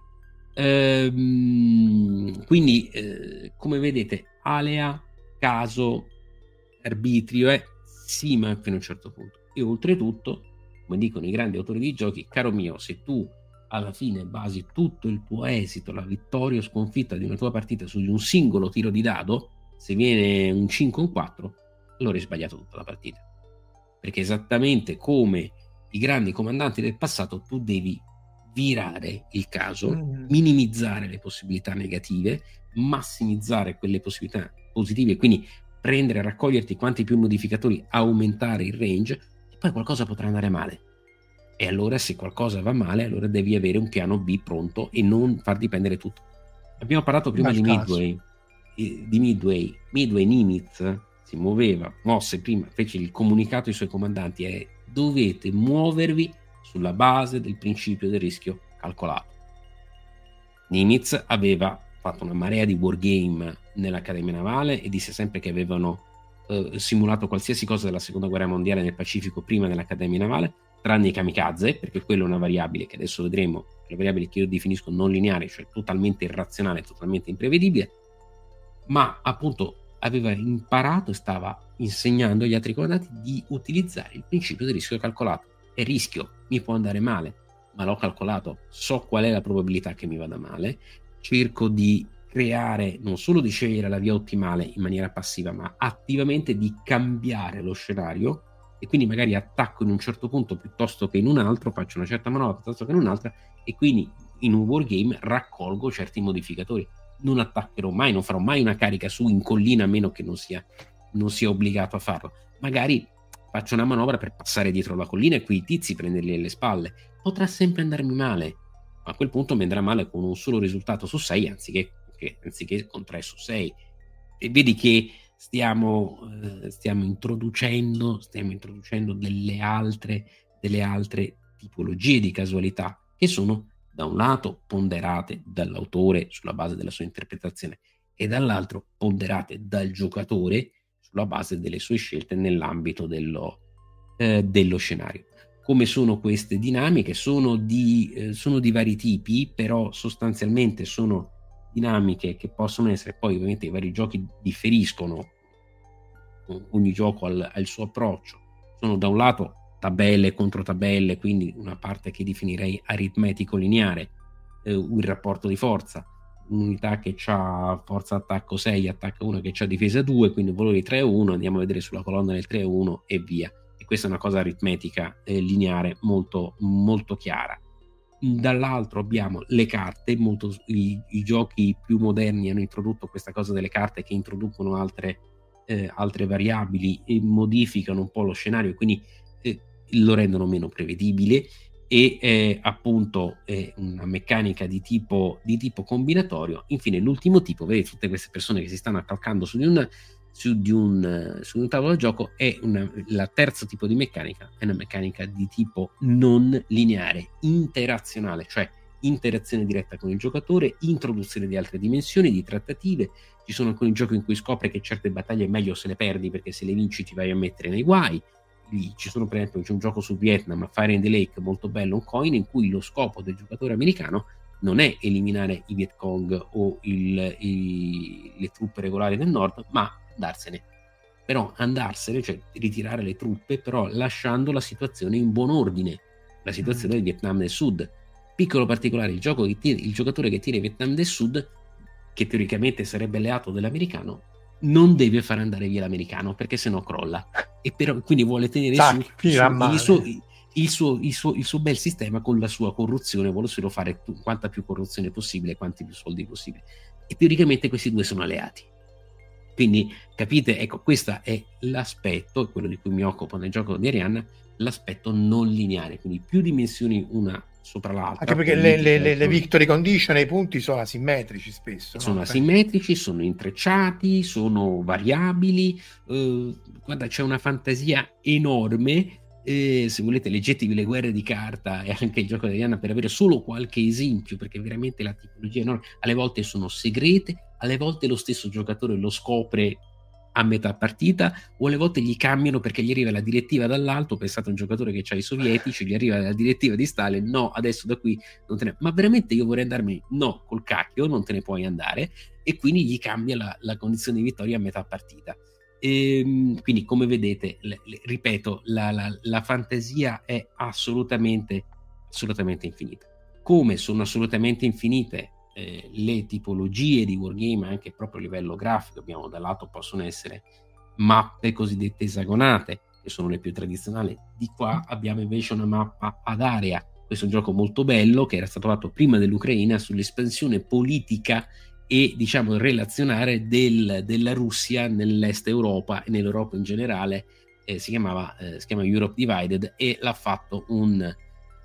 [SPEAKER 3] Quindi come vedete, alea, caso, arbitrio, sì, ma fino a un certo punto. E oltretutto, come dicono i grandi autori di giochi, caro mio, se tu alla fine basi tutto il tuo esito, la vittoria o sconfitta di una tua partita su un singolo tiro di dado, se viene un 5 o un 4, allora hai sbagliato tutta la partita. Perché esattamente come i grandi comandanti del passato, tu devi virare il caso, minimizzare le possibilità negative, massimizzare quelle possibilità positive, quindi prendere e raccoglierti quanti più modificatori, aumentare il range, e poi qualcosa potrà andare male. E allora, se qualcosa va male, allora devi avere un piano B pronto e non far dipendere tutto. Abbiamo parlato prima di Midway. Nimitz si mosse prima, fece il comunicato ai suoi comandanti: dovete muovervi sulla base del principio del rischio calcolato. Nimitz aveva fatto una marea di wargame nell'Accademia Navale e disse sempre che avevano simulato qualsiasi cosa della seconda guerra mondiale nel Pacifico prima dell'Accademia Navale, tranne i kamikaze, perché quello è una variabile che adesso vedremo, le variabili che io definisco non lineari, cioè totalmente irrazionale, totalmente imprevedibile, ma appunto aveva imparato e stava insegnando agli altri comandanti di utilizzare il principio del rischio calcolato. E rischio, mi può andare male, ma l'ho calcolato, so qual è la probabilità che mi vada male, cerco di creare, non solo di scegliere la via ottimale in maniera passiva, ma attivamente di cambiare lo scenario, e quindi magari attacco in un certo punto piuttosto che in un altro, faccio una certa manovra piuttosto che in un'altra, e quindi in un wargame raccolgo certi modificatori. Non attaccherò mai, non farò mai una carica su in collina a meno che non sia obbligato a farlo. Magari faccio una manovra per passare dietro la collina e quei tizi prenderli alle spalle. Potrà sempre andarmi male, ma a quel punto mi andrà male con un solo risultato su 6 anziché con 3 su 6. E vedi che stiamo introducendo delle altre tipologie di casualità che sono da un lato ponderate dall'autore sulla base della sua interpretazione e dall'altro ponderate dal giocatore sulla base delle sue scelte nell'ambito dello scenario. Come sono queste dinamiche? Sono di vari tipi, però sostanzialmente sono dinamiche che possono essere, poi ovviamente i vari giochi differiscono, ogni gioco ha il suo approccio. Sono da un lato tabelle contro tabelle, quindi una parte che definirei aritmetico lineare, il rapporto di forza, un'unità che ha forza attacco 6, attacca 1 che ha difesa 2, quindi valori 3 1, andiamo a vedere sulla colonna del 3 1 e via. E questa è una cosa aritmetica lineare molto molto chiara. Dall'altro abbiamo le carte, i giochi più moderni hanno introdotto questa cosa delle carte che introducono altre variabili e modificano un po' lo scenario, quindi lo rendono meno prevedibile e appunto una meccanica di tipo combinatorio. Infine l'ultimo tipo, vedete tutte queste persone che si stanno accalcando su di un tavolo da gioco, la terzo tipo di meccanica è una meccanica di tipo non lineare, interazionale, cioè interazione diretta con il giocatore, introduzione di altre dimensioni, di trattative. Ci sono alcuni giochi in cui scopri che certe battaglie è meglio se le perdi perché se le vinci ti vai a mettere nei guai. Ci sono, per esempio, c'è un gioco su Vietnam, Fire in the Lake, molto bello, un coin, in cui lo scopo del giocatore americano non è eliminare i Viet Cong o le truppe regolari del nord, ma andarsene, cioè ritirare le truppe, però lasciando la situazione in buon ordine, la situazione del Vietnam del Sud. Piccolo particolare, il giocatore che tira il Vietnam del Sud, che teoricamente sarebbe alleato dell'americano, non deve far andare via l'americano perché sennò crolla, e però quindi vuole tenere il suo bel sistema con la sua corruzione, vuole solo fare quanta più corruzione possibile, quanti più soldi possibile, e teoricamente questi due sono alleati. Quindi capite, ecco, questo è l'aspetto, quello di cui mi occupo nel gioco di Arianna, l'aspetto non lineare, quindi più dimensioni una sopra l'altra.
[SPEAKER 2] Anche perché le victory condition e i punti sono asimmetrici spesso.
[SPEAKER 3] Sono asimmetrici, sono intrecciati, sono variabili. Guarda, c'è una fantasia enorme. Se volete, leggetevi le guerre di carta e anche il gioco di Arianna per avere solo qualche esempio, perché veramente la tipologia è enorme. Alle volte sono segrete, alle volte lo stesso giocatore lo scopre a metà partita, o alle volte gli cambiano perché gli arriva la direttiva dall'alto. Pensate a un giocatore che ha i sovietici, gli arriva la direttiva di Stalin: no, adesso da qui non te ne... ma veramente io vorrei andarmi, no, col cacchio, non te ne puoi andare, e quindi gli cambia la condizione di vittoria a metà partita. Quindi, come vedete, ripeto, la fantasia è assolutamente infinita. Come sono assolutamente infinite le tipologie di wargame anche proprio a livello grafico. Abbiamo, da lato possono essere mappe cosiddette esagonate, che sono le più tradizionali. Di qua abbiamo invece una mappa ad area. Questo è un gioco molto bello che era stato fatto prima dell'Ucraina sull'espansione politica e, diciamo, relazionare della Russia nell'est Europa e nell'Europa in generale. Si chiama Europe Divided, e l'ha fatto un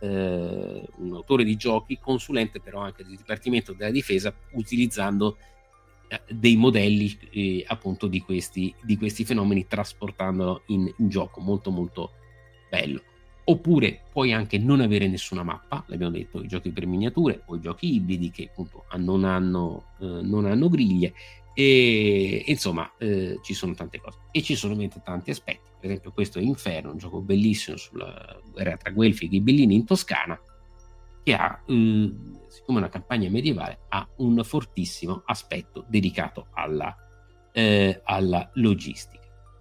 [SPEAKER 3] autore di giochi, consulente però anche del Dipartimento della Difesa, utilizzando dei modelli appunto di questi fenomeni, trasportandolo in gioco. Molto molto bello. Oppure puoi anche non avere nessuna mappa, l'abbiamo detto, i giochi per miniature o i giochi ibridi che appunto non hanno griglie, e insomma ci sono tante cose e ci sono ovviamente tanti aspetti. Per esempio, questo è Inferno, un gioco bellissimo sulla guerra tra Guelfi e Ghibellini in Toscana, che ha, siccome è una campagna medievale, ha un fortissimo aspetto dedicato alla logistica.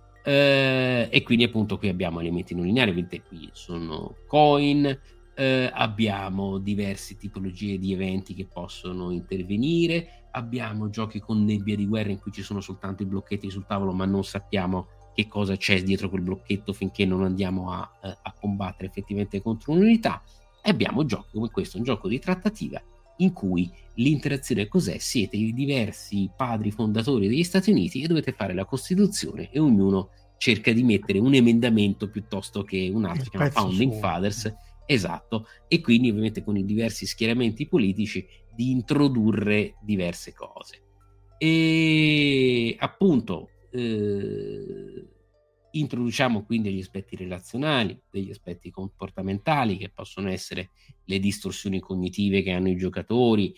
[SPEAKER 3] E quindi appunto qui abbiamo elementi non lineari, vedete qui sono coin, abbiamo diverse tipologie di eventi che possono intervenire, abbiamo giochi con nebbia di guerra in cui ci sono soltanto i blocchetti sul tavolo, ma non sappiamo che cosa c'è dietro quel blocchetto finché non andiamo a combattere effettivamente contro un'unità. E abbiamo giochi come questo, un gioco di trattativa in cui l'interazione cos'è? Siete i diversi padri fondatori degli Stati Uniti e dovete fare la Costituzione e ognuno cerca di mettere un emendamento piuttosto che un altro, si chiama Founding Fathers, esatto, e quindi ovviamente con i diversi schieramenti politici di introdurre diverse cose. E appunto introduciamo quindi degli aspetti relazionali, degli aspetti comportamentali che possono essere le distorsioni cognitive che hanno i giocatori,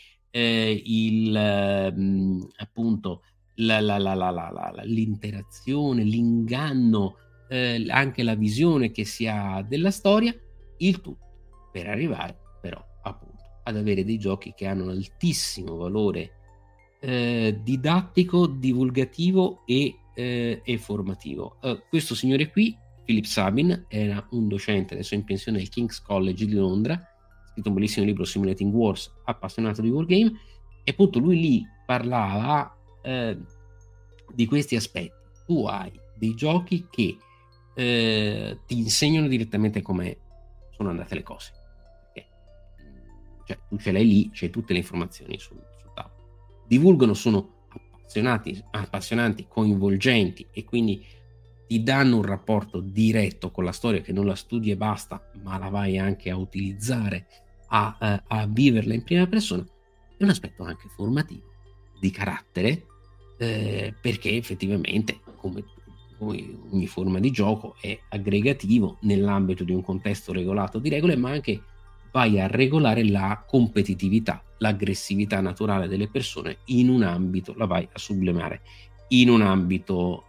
[SPEAKER 3] appunto l'interazione, l'inganno, anche la visione che si ha della storia, il tutto per arrivare però appunto ad avere dei giochi che hanno un altissimo valore didattico, divulgativo e formativo. Questo signore qui, Philip Sabin, era un docente adesso in pensione del King's College di Londra, ha scritto un bellissimo libro, Simulating Wars, appassionato di wargame, e appunto lui lì parlava di questi aspetti. Tu hai dei giochi che ti insegnano direttamente come sono andate le cose, cioè tu ce l'hai lì, c'hai tutte le informazioni sul tavolo, divulgano, sono appassionanti, coinvolgenti, e quindi ti danno un rapporto diretto con la storia, che non la studi e basta, ma la vai anche a utilizzare, a viverla in prima persona. È un aspetto anche formativo, di carattere, perché effettivamente come ogni forma di gioco è aggregativo nell'ambito di un contesto regolato di regole, ma anche vai a regolare la competitività, l'aggressività naturale delle persone in un ambito, la vai a sublimare in un ambito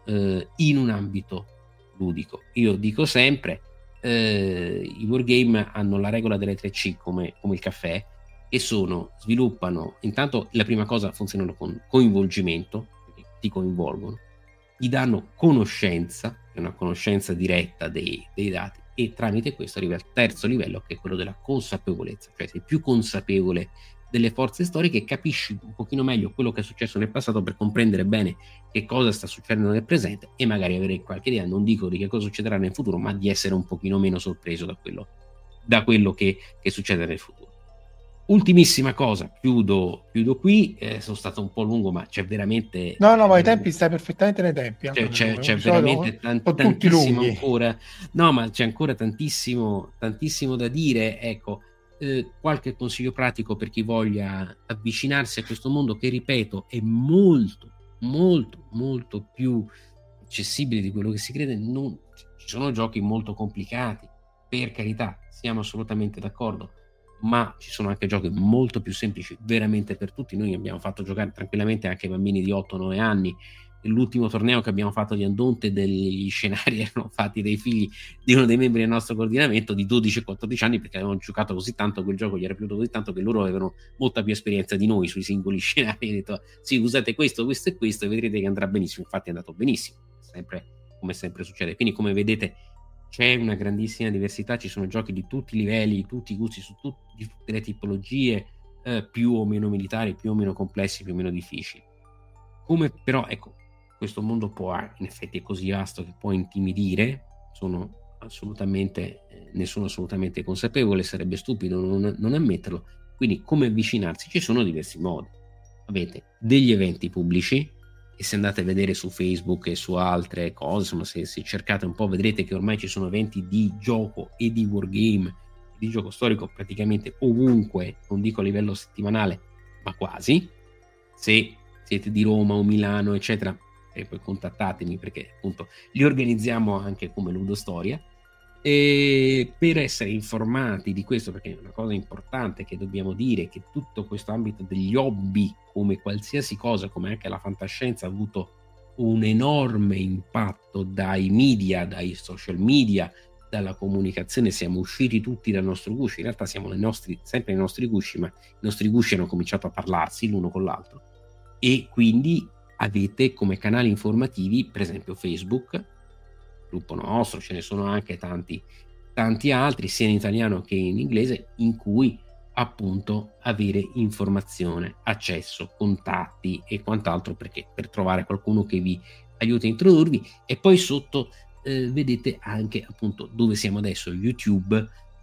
[SPEAKER 3] ludico. Io dico sempre, i wargame hanno la regola delle 3C come il caffè, e sviluppano, intanto la prima cosa, funzionano con coinvolgimento, perché ti coinvolgono, ti danno conoscenza, che è una conoscenza diretta dei dati, e tramite questo arrivi al terzo livello, che è quello della consapevolezza, cioè sei più consapevole delle forze storiche, capisci un pochino meglio quello che è successo nel passato per comprendere bene che cosa sta succedendo nel presente, e magari avere qualche idea, non dico di che cosa succederà nel futuro, ma di essere un pochino meno sorpreso da quello che succede nel futuro. Ultimissima cosa, chiudo qui, sono stato un po' lungo, ma c'è veramente...
[SPEAKER 2] No, ma i tempi, stai perfettamente nei tempi.
[SPEAKER 3] C'è veramente tantissimo ancora. No, ma c'è ancora tantissimo da dire. Ecco, qualche consiglio pratico per chi voglia avvicinarsi a questo mondo, che, ripeto, è molto, molto, molto più accessibile di quello che si crede. Ci sono giochi molto complicati, per carità, siamo assolutamente d'accordo, ma ci sono anche giochi molto più semplici, veramente per tutti. Noi abbiamo fatto giocare tranquillamente anche bambini di 8-9 anni. L'ultimo torneo che abbiamo fatto di Andonte, degli scenari erano fatti dai figli di uno dei membri del nostro coordinamento di 12-14 anni, perché avevano giocato così tanto, quel gioco gli era piaciuto così tanto che loro avevano molta più esperienza di noi sui singoli scenari. E detto: sì, usate questo e questo e vedrete che andrà benissimo. Infatti è andato benissimo, come sempre succede. Quindi, come vedete, c'è una grandissima diversità, ci sono giochi di tutti i livelli, di tutti i gusti, di tutte le tipologie, più o meno militari, più o meno complessi, più o meno difficili. Come però, ecco, questo mondo in effetti è così vasto che può intimidire, ne sono assolutamente consapevole, sarebbe stupido non ammetterlo. Quindi come avvicinarsi? Ci sono diversi modi. Avete degli eventi pubblici, e se andate a vedere su Facebook e su altre cose, insomma, se cercate un po', vedrete che ormai ci sono eventi di gioco e di wargame, di gioco storico praticamente ovunque, non dico a livello settimanale, ma quasi. Se siete di Roma o Milano, eccetera, e poi contattatemi, perché appunto li organizziamo anche come Ludostoria, e per essere informati di questo, perché è una cosa importante che dobbiamo dire, che tutto questo ambito degli hobby, come qualsiasi cosa, come anche la fantascienza, ha avuto un enorme impatto dai media, dai social media, dalla comunicazione. Siamo usciti tutti dal nostro guscio, in realtà siamo sempre nei nostri gusci, ma i nostri gusci hanno cominciato a parlarsi l'uno con l'altro, e quindi avete come canali informativi per esempio Facebook, gruppo nostro, ce ne sono anche tanti altri, sia in italiano che in inglese, in cui appunto avere informazione, accesso, contatti e quant'altro, perché per trovare qualcuno che vi aiuti a introdurvi. E poi sotto vedete anche appunto dove siamo adesso, YouTube,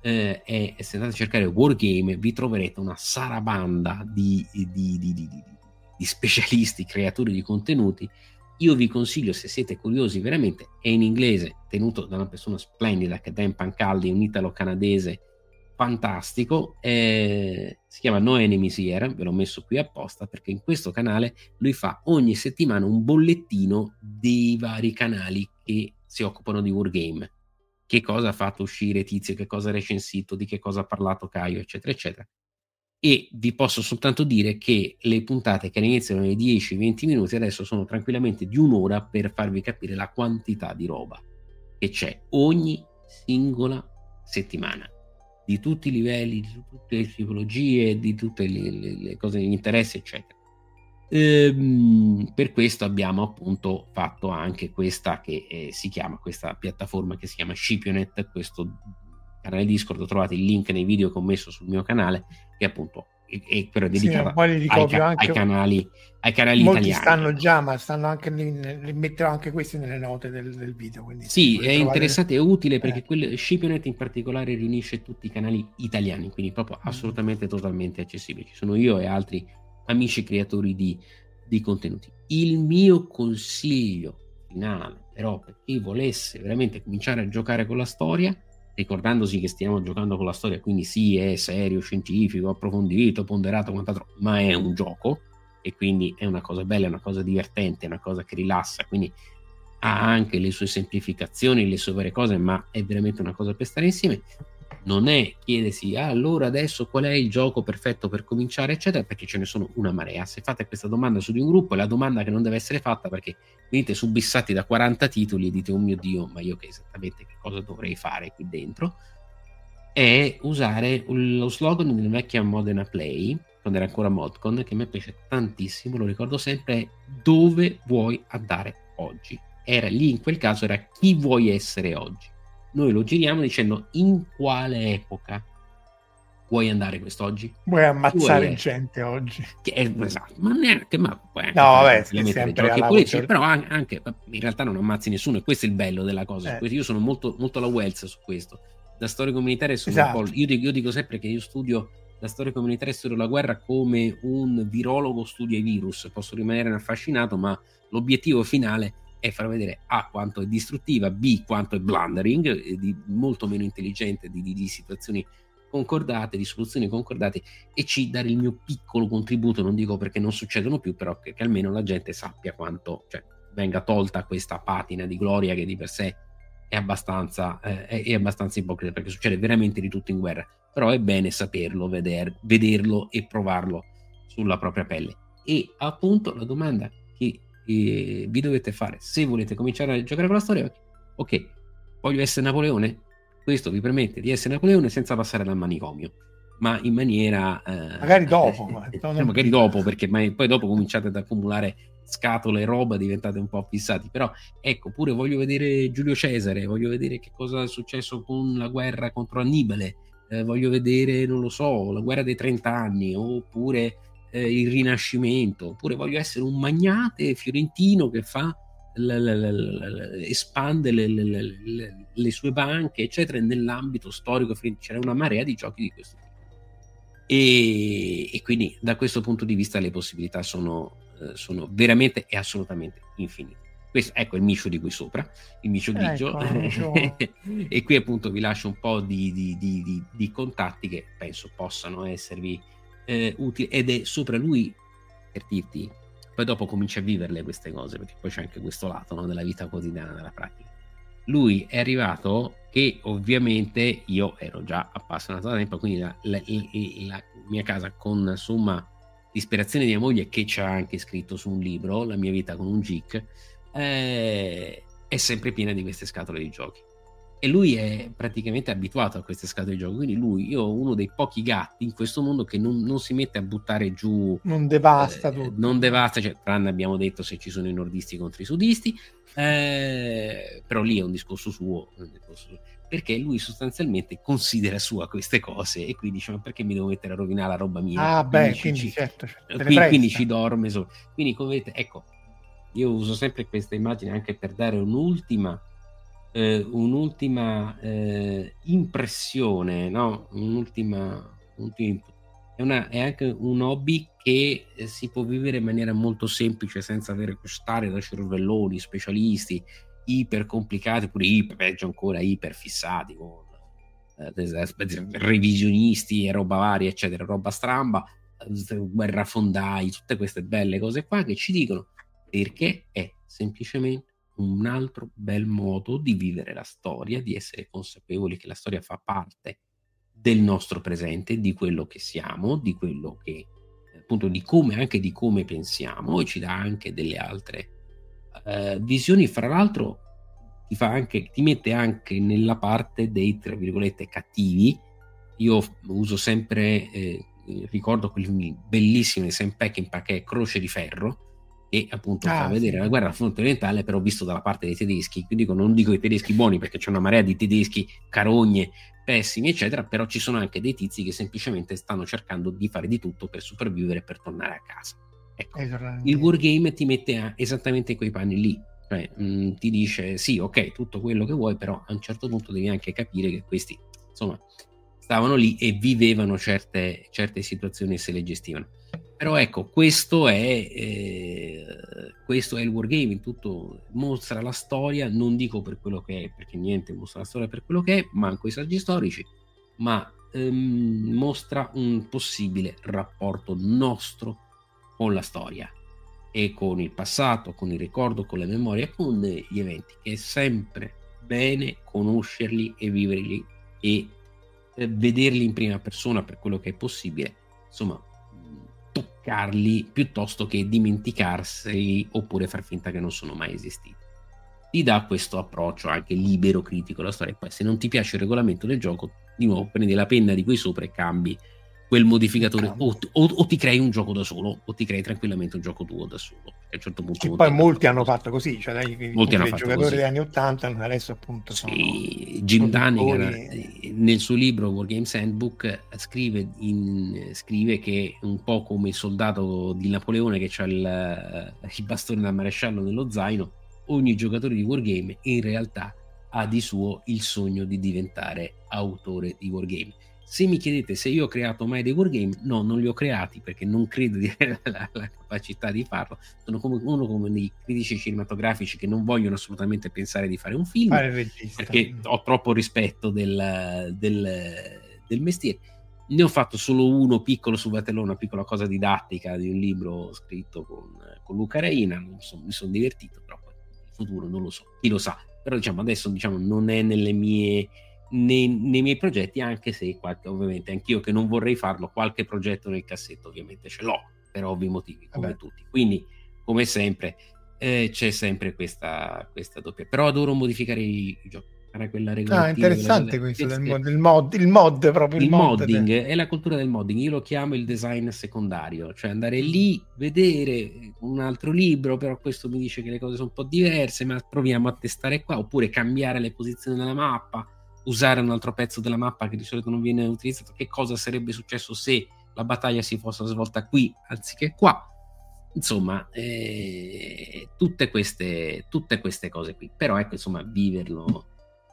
[SPEAKER 3] e se andate a cercare Wargame vi troverete una sarabanda di specialisti, creatori di contenuti. Io vi consiglio, se siete curiosi veramente, è in inglese, tenuto da una persona splendida che è Dan Pancaldi, un italo-canadese fantastico, si chiama No Enemies Here, ve l'ho messo qui apposta perché in questo canale lui fa ogni settimana un bollettino dei vari canali che si occupano di Wargame, che cosa ha fatto uscire Tizio, che cosa ha recensito, di che cosa ha parlato Caio, eccetera eccetera. E vi posso soltanto dire che le puntate che iniziano nei 10-20 minuti adesso sono tranquillamente di un'ora per farvi capire la quantità di roba che c'è ogni singola settimana, di tutti i livelli, di tutte le tipologie, di tutte le cose, gli interessi, eccetera. Per questo abbiamo appunto fatto anche questa che si chiama, questa piattaforma che si chiama Scipionet, questo canale Discord. Trovate il link nei video che ho messo sul mio canale, che appunto è però dedicato ai canali
[SPEAKER 2] molti
[SPEAKER 3] italiani.
[SPEAKER 2] Stanno già, ma stanno anche li metterò anche questi nelle note del video, quindi
[SPEAKER 3] sì, è interessante e utile perché Scipionet in particolare riunisce tutti i canali italiani, quindi proprio assolutamente totalmente accessibile. Ci sono io e altri amici creatori di contenuti. Il mio consiglio finale però per chi volesse veramente cominciare a giocare con la storia, ricordandosi che stiamo giocando con la storia, quindi sì, è serio, scientifico, approfondito, ponderato, quant'altro, ma è un gioco e quindi è una cosa bella, è una cosa divertente, è una cosa che rilassa, quindi ha anche le sue semplificazioni, le sue varie cose, ma è veramente una cosa per stare insieme. Non è chiedersi allora adesso qual è il gioco perfetto per cominciare eccetera, perché ce ne sono una marea. Se fate questa domanda su di un gruppo è la domanda che non deve essere fatta, perché venite subissati da 40 titoli e dite oh mio Dio, ma io che esattamente che cosa dovrei fare qui dentro, è usare lo slogan del vecchio Modena Play quando era ancora Modcon, che a me piace tantissimo, lo ricordo sempre, dove vuoi andare oggi. Era lì, in quel caso era chi vuoi essere oggi. Noi lo giriamo dicendo in quale epoca vuoi andare quest'oggi?
[SPEAKER 2] Vuoi ammazzare gente oggi?
[SPEAKER 3] Esatto, ma neanche, ma puoi anche
[SPEAKER 2] no, vabbè,
[SPEAKER 3] sempre giochi politici, però anche in realtà non ammazzi nessuno, e questo è il bello della cosa. Io sono molto, molto alla Wells su questo. Da storico militare sono un po', io dico sempre che io studio da storico militare, studio la guerra come un virologo studia i virus. Posso rimanere affascinato, ma l'obiettivo finale è far vedere A quanto è distruttiva, B quanto è blundering, di molto meno intelligente di situazioni concordate, di soluzioni concordate, e C dare il mio piccolo contributo, non dico perché non succedono più, però che almeno la gente sappia quanto, cioè, venga tolta questa patina di gloria che di per sé è abbastanza ipocrita, perché succede veramente di tutto in guerra, però è bene saperlo, vederlo e provarlo sulla propria pelle. E appunto la domanda che vi dovete fare se volete cominciare a giocare con la storia: ok, voglio essere Napoleone? Questo vi permette di essere Napoleone senza passare dal manicomio, ma in maniera
[SPEAKER 2] magari dopo
[SPEAKER 3] magari dopo, perché poi dopo cominciate ad accumulare scatole e roba, diventate un po' fissati. Però ecco, pure voglio vedere Giulio Cesare, voglio vedere che cosa è successo con la guerra contro Annibale, voglio vedere, non lo so, la guerra dei 30 anni, oppure il Rinascimento, oppure voglio essere un magnate fiorentino che fa espande le sue banche eccetera nell'ambito storico. C'era una marea di giochi di questo tipo, e quindi da questo punto di vista le possibilità sono veramente e assolutamente infinite. Questo, ecco il micio di qui sopra, il micio grigio, e qui appunto vi lascio un po' di contatti che penso possano esservi utili, ed è sopra lui, per dirti, poi dopo cominci a viverle queste cose, perché poi c'è anche questo lato, no, della vita quotidiana, della pratica. Lui è arrivato che ovviamente io ero già appassionato da tempo, quindi la mia casa, con insomma l'ispirazione di mia moglie, che ci ha anche scritto su un libro, La mia vita con un geek, è sempre piena di queste scatole di giochi. E lui è praticamente abituato a queste scatole di gioco, quindi io ho uno dei pochi gatti in questo mondo che non si mette a buttare giù,
[SPEAKER 2] non devasta tutto,
[SPEAKER 3] non devasta, cioè, tranne abbiamo detto se ci sono i nordisti contro i sudisti, però lì è un discorso suo, perché lui sostanzialmente considera sua queste cose, e quindi dice: ma perché mi devo mettere a rovinare la roba mia?
[SPEAKER 2] Quindi certo,
[SPEAKER 3] quindi ci dorme solo. Quindi come vedete, ecco, io uso sempre questa immagine anche per dare un'ultima un'ultima impressione, no? Un'ultima input. È anche un hobby che si può vivere in maniera molto semplice senza avere costare da cervelloni specialisti iper complicati, pure peggio ancora iper fissati con revisionisti e roba varia eccetera, roba stramba, guerrafondai, tutte queste belle cose qua che ci dicono perché è semplicemente un altro bel modo di vivere la storia, di essere consapevoli che la storia fa parte del nostro presente, di quello che siamo, di quello che appunto di come pensiamo, e ci dà anche delle altre visioni. Fra l'altro ti mette anche nella parte dei, tra virgolette, cattivi. Io uso sempre ricordo quelli bellissimi di Sam Peckinpah che è Croce di Ferro, e appunto fa vedere la guerra fronte orientale però visto dalla parte dei tedeschi, quindi non dico i tedeschi buoni perché c'è una marea di tedeschi carogne, pessimi eccetera, però ci sono anche dei tizi che semplicemente stanno cercando di fare di tutto per sopravvivere, per tornare a casa. Ecco, il wargame ti mette esattamente in quei panni lì, cioè ti dice sì, ok, tutto quello che vuoi, però a un certo punto devi anche capire che questi insomma stavano lì e vivevano certe situazioni e se le gestivano. Però ecco, questo è il wargaming, tutto mostra la storia, non dico per quello che è, perché niente mostra la storia per quello che è, manco i saggi storici, ma mostra un possibile rapporto nostro con la storia e con il passato, con il ricordo, con le memorie, con gli eventi, che è sempre bene conoscerli e viverli e vederli in prima persona per quello che è possibile, insomma toccarli piuttosto che dimenticarseli oppure far finta che non sono mai esistiti. Ti dà questo approccio anche libero, critico alla storia. Poi se non ti piace il regolamento del gioco, di nuovo prendi la penna di qui sopra e cambi quel modificatore, o ti crei un gioco da solo, o ti crei tranquillamente un gioco tuo da solo. A un certo punto
[SPEAKER 2] poi molti hanno fatto così, cioè molti
[SPEAKER 3] hanno
[SPEAKER 2] fatto giocatori
[SPEAKER 3] così.
[SPEAKER 2] degli anni 80 adesso appunto
[SPEAKER 3] sì, Jim Dunnigan nel suo libro Wargames Handbook scrive che un po' come il soldato di Napoleone che ha il bastone da maresciallo nello zaino, ogni giocatore di wargame in realtà ha di suo il sogno di diventare autore di wargame. Se mi chiedete se io ho creato mai dei wargame, no, non li ho creati perché non credo di avere la capacità di farlo. Sono come dei critici cinematografici che non vogliono assolutamente pensare di fare un film perché ho troppo rispetto del mestiere. Ne ho fatto solo uno piccolo su Vatellone, una piccola cosa didattica di un libro scritto con Luca Reina, mi sono divertito, però il futuro non lo so, chi lo sa. Però adesso non è nei miei progetti, anche se ovviamente anch'io che non vorrei farlo, qualche progetto nel cassetto ovviamente ce l'ho per ovvi motivi come tutti, quindi come sempre c'è sempre questa doppia, però adoro modificare i giochi, quella
[SPEAKER 2] interessante questo del mod proprio il
[SPEAKER 3] modding è la cultura del modding, io lo chiamo il design secondario, cioè andare lì, vedere un altro libro, però questo mi dice che le cose sono un po' diverse, ma proviamo a testare qua, oppure cambiare le posizioni della mappa, usare un altro pezzo della mappa che di solito non viene utilizzato, che cosa sarebbe successo se la battaglia si fosse svolta qui anziché qua, insomma tutte queste cose qui. Però ecco, insomma, viverlo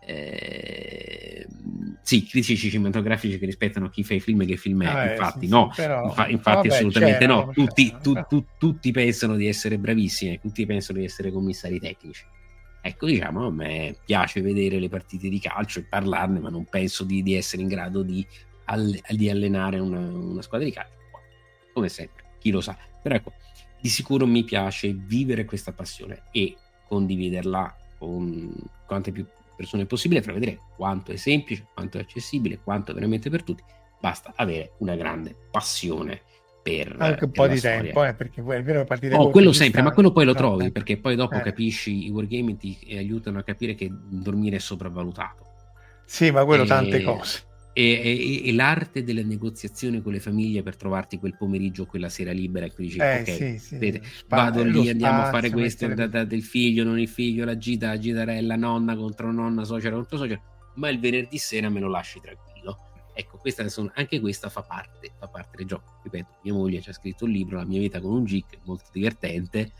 [SPEAKER 3] sì, critici cinematografici che rispettano chi fa i film e che film è, infatti no, infatti assolutamente no, tutti pensano di essere bravissimi, tutti pensano di essere commissari tecnici. Ecco, a me piace vedere le partite di calcio e parlarne, ma non penso di essere in grado di allenare una squadra di calcio. Come sempre, chi lo sa. Però ecco, di sicuro mi piace vivere questa passione e condividerla con quante più persone possibile, per vedere quanto è semplice, quanto è accessibile, quanto è veramente per tutti. Basta avere una grande passione per
[SPEAKER 2] anche un po' di storia. Tempo, perché poi è vero, partire
[SPEAKER 3] quello sempre, ma quello poi lo trovi, perché poi dopo capisci, i wargaming ti aiutano a capire che dormire è sopravvalutato.
[SPEAKER 2] Sì, ma quello tante cose.
[SPEAKER 3] E l'arte delle negoziazioni con le famiglie per trovarti quel pomeriggio, quella sera libera, e quindi dici vado lì, andiamo a fare questo del figlio, non il figlio, la gitarella, nonna contro nonna, suocera contro suocera, ma il venerdì sera me lo lasci tranquillo. Ecco, anche questa fa parte del gioco. Ripeto, mia moglie ci ha scritto un libro, La mia vita con un geek, molto divertente,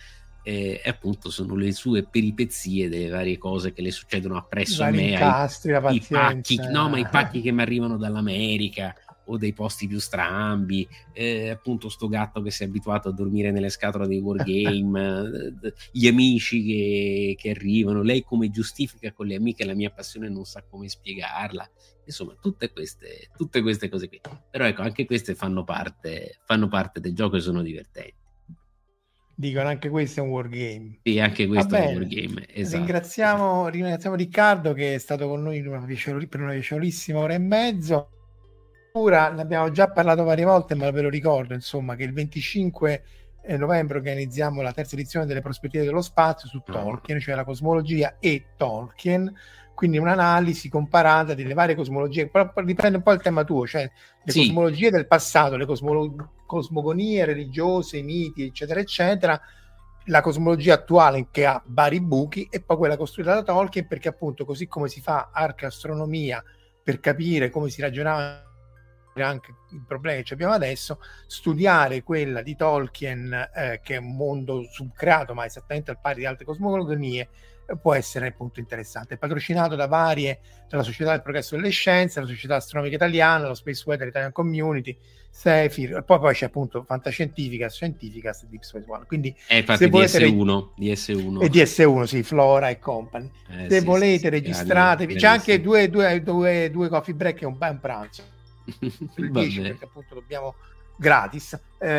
[SPEAKER 3] e appunto sono le sue peripezie delle varie cose che le succedono appresso a
[SPEAKER 2] vari
[SPEAKER 3] me,
[SPEAKER 2] incastri, la
[SPEAKER 3] i pacchi,
[SPEAKER 2] pazienza.
[SPEAKER 3] no, ma i pacchi che mi arrivano dall'America o dei posti più strambi, appunto sto gatto che si è abituato a dormire nelle scatole dei wargame, gli amici che arrivano, lei come giustifica con le amiche la mia passione, non sa come spiegarla, insomma tutte queste cose qui. Però ecco, anche queste fanno parte del gioco e sono divertenti.
[SPEAKER 2] Dicono anche questo è un wargame.
[SPEAKER 3] Sì, anche questo è un wargame, esatto.
[SPEAKER 2] Ringraziamo Riccardo che è stato con noi per una piacevolissima ora e mezzo. Ora ne abbiamo già parlato varie volte, ma ve lo ricordo, insomma, che il 25 novembre organizziamo la terza edizione delle prospettive dello spazio su Tolkien, cioè la cosmologia e Tolkien, quindi un'analisi comparata delle varie cosmologie. Però riprende un po' il tema tuo, cioè le cosmologie del passato, le cosmogonie religiose, i miti, eccetera, eccetera, la cosmologia attuale che ha vari buchi, e poi quella costruita da Tolkien, perché appunto così come si fa archeastronomia per capire come si ragionava anche il problema che abbiamo adesso, studiare quella di Tolkien, che è un mondo subcreato ma esattamente al pari di altre cosmogonie, può essere appunto interessante. È patrocinato dalla Società del Progresso delle Scienze, la Società Astronomica Italiana, lo Space Weather Italian Community, Sefir, e poi c'è appunto Fantascientificast, Scientificast e Deep Space One. Quindi
[SPEAKER 3] se volete DS1
[SPEAKER 2] e DS1, sì, Flora e Company. Se volete registratevi, c'è anche due coffee break e un pranzo. Il 10, perché appunto dobbiamo gratis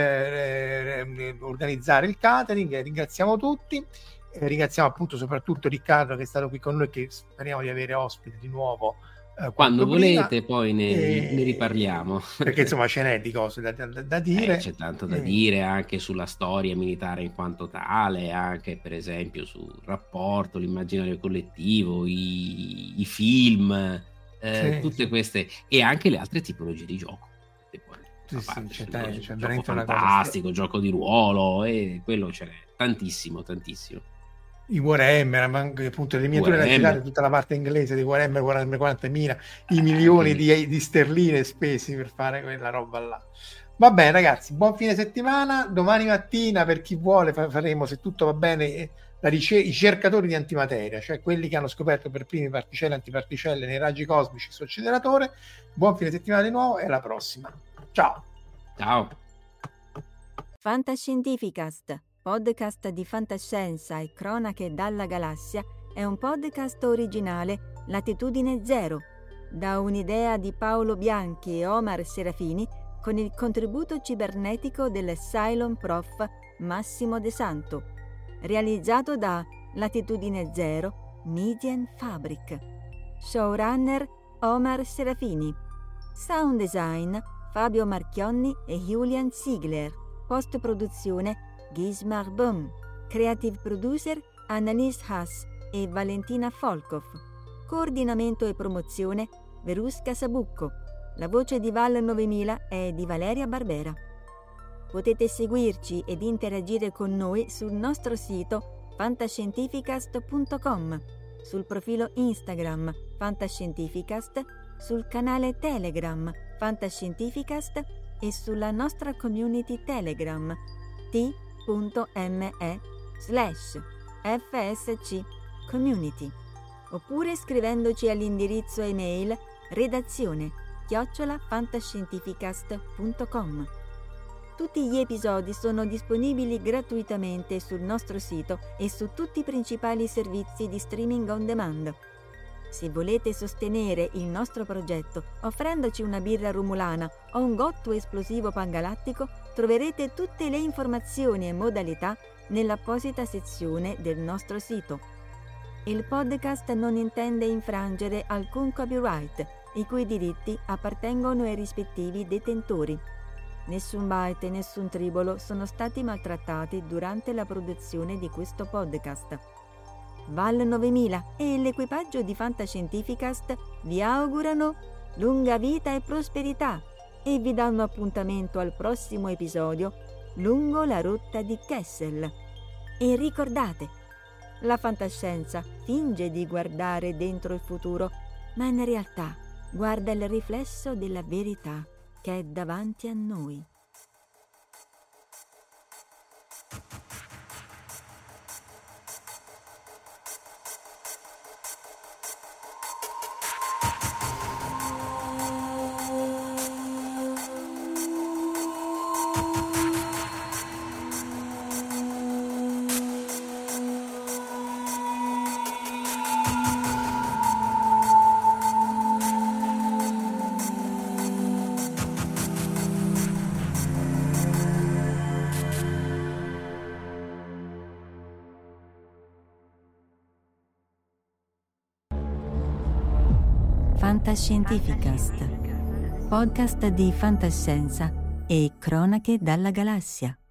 [SPEAKER 2] organizzare il catering. Ringraziamo tutti, ringraziamo appunto soprattutto Riccardo che è stato qui con noi, che speriamo di avere ospite di nuovo
[SPEAKER 3] quando volete, poi ne riparliamo,
[SPEAKER 2] perché insomma ce n'è di cose da dire,
[SPEAKER 3] c'è tanto da dire anche sulla storia militare in quanto tale, anche per esempio sul rapporto, l'immaginario collettivo, i film, tutte queste, e anche le altre tipologie di gioco. C'è gioco fantastico, gioco di ruolo, e quello ce n'è tantissimo.
[SPEAKER 2] I Warhammer, ma anche appunto le miniature da girare, tutta la parte inglese di Warhammer 40.000, i milioni di sterline spesi per fare quella roba là. Va bene ragazzi, buon fine settimana. Domani mattina, per chi vuole, faremo, se tutto va bene, i cercatori di antimateria, cioè quelli che hanno scoperto per primi particelle e antiparticelle nei raggi cosmici su acceleratore. Buon fine settimana di nuovo e alla prossima. Ciao.
[SPEAKER 1] Fantascientificast, podcast di fantascienza e cronache dalla galassia, è un podcast originale Latitudine Zero, da un'idea di Paolo Bianchi e Omar Serafini, con il contributo cibernetico del Cylon Prof Massimo De Santo, realizzato da Latitudine Zero Median Fabric. Showrunner Omar Serafini. Sound design Fabio Marchionni e Julian Ziegler. Post produzione Gismar Boom. Creative producer Annalise Haas e Valentina Folkov. Coordinamento e promozione Verusca Sabucco. La voce di Val 9000 è di Valeria Barbera. Potete seguirci ed interagire con noi sul nostro sito fantascientificast.com, sul profilo Instagram Fantascientificast, sul canale Telegram Fantascientificast e sulla nostra community Telegram t.me/FSC Community, oppure scrivendoci all'indirizzo email redazione@fantascientificast.com. Tutti gli episodi sono disponibili gratuitamente sul nostro sito e su tutti i principali servizi di streaming on demand. Se volete sostenere il nostro progetto offrendoci una birra rumulana o un gotto esplosivo pangalattico, troverete tutte le informazioni e modalità nell'apposita sezione del nostro sito. Il podcast non intende infrangere alcun copyright, i cui diritti appartengono ai rispettivi detentori. Nessun byte e nessun tribolo sono stati maltrattati durante la produzione di questo podcast. Val 9000 e l'equipaggio di Fantascientificast vi augurano lunga vita e prosperità e vi danno appuntamento al prossimo episodio lungo la rotta di Kessel. E ricordate, la fantascienza finge di guardare dentro il futuro, ma in realtà guarda il riflesso della verità che è davanti a noi. Fantascientificast, podcast di fantascienza e cronache dalla galassia.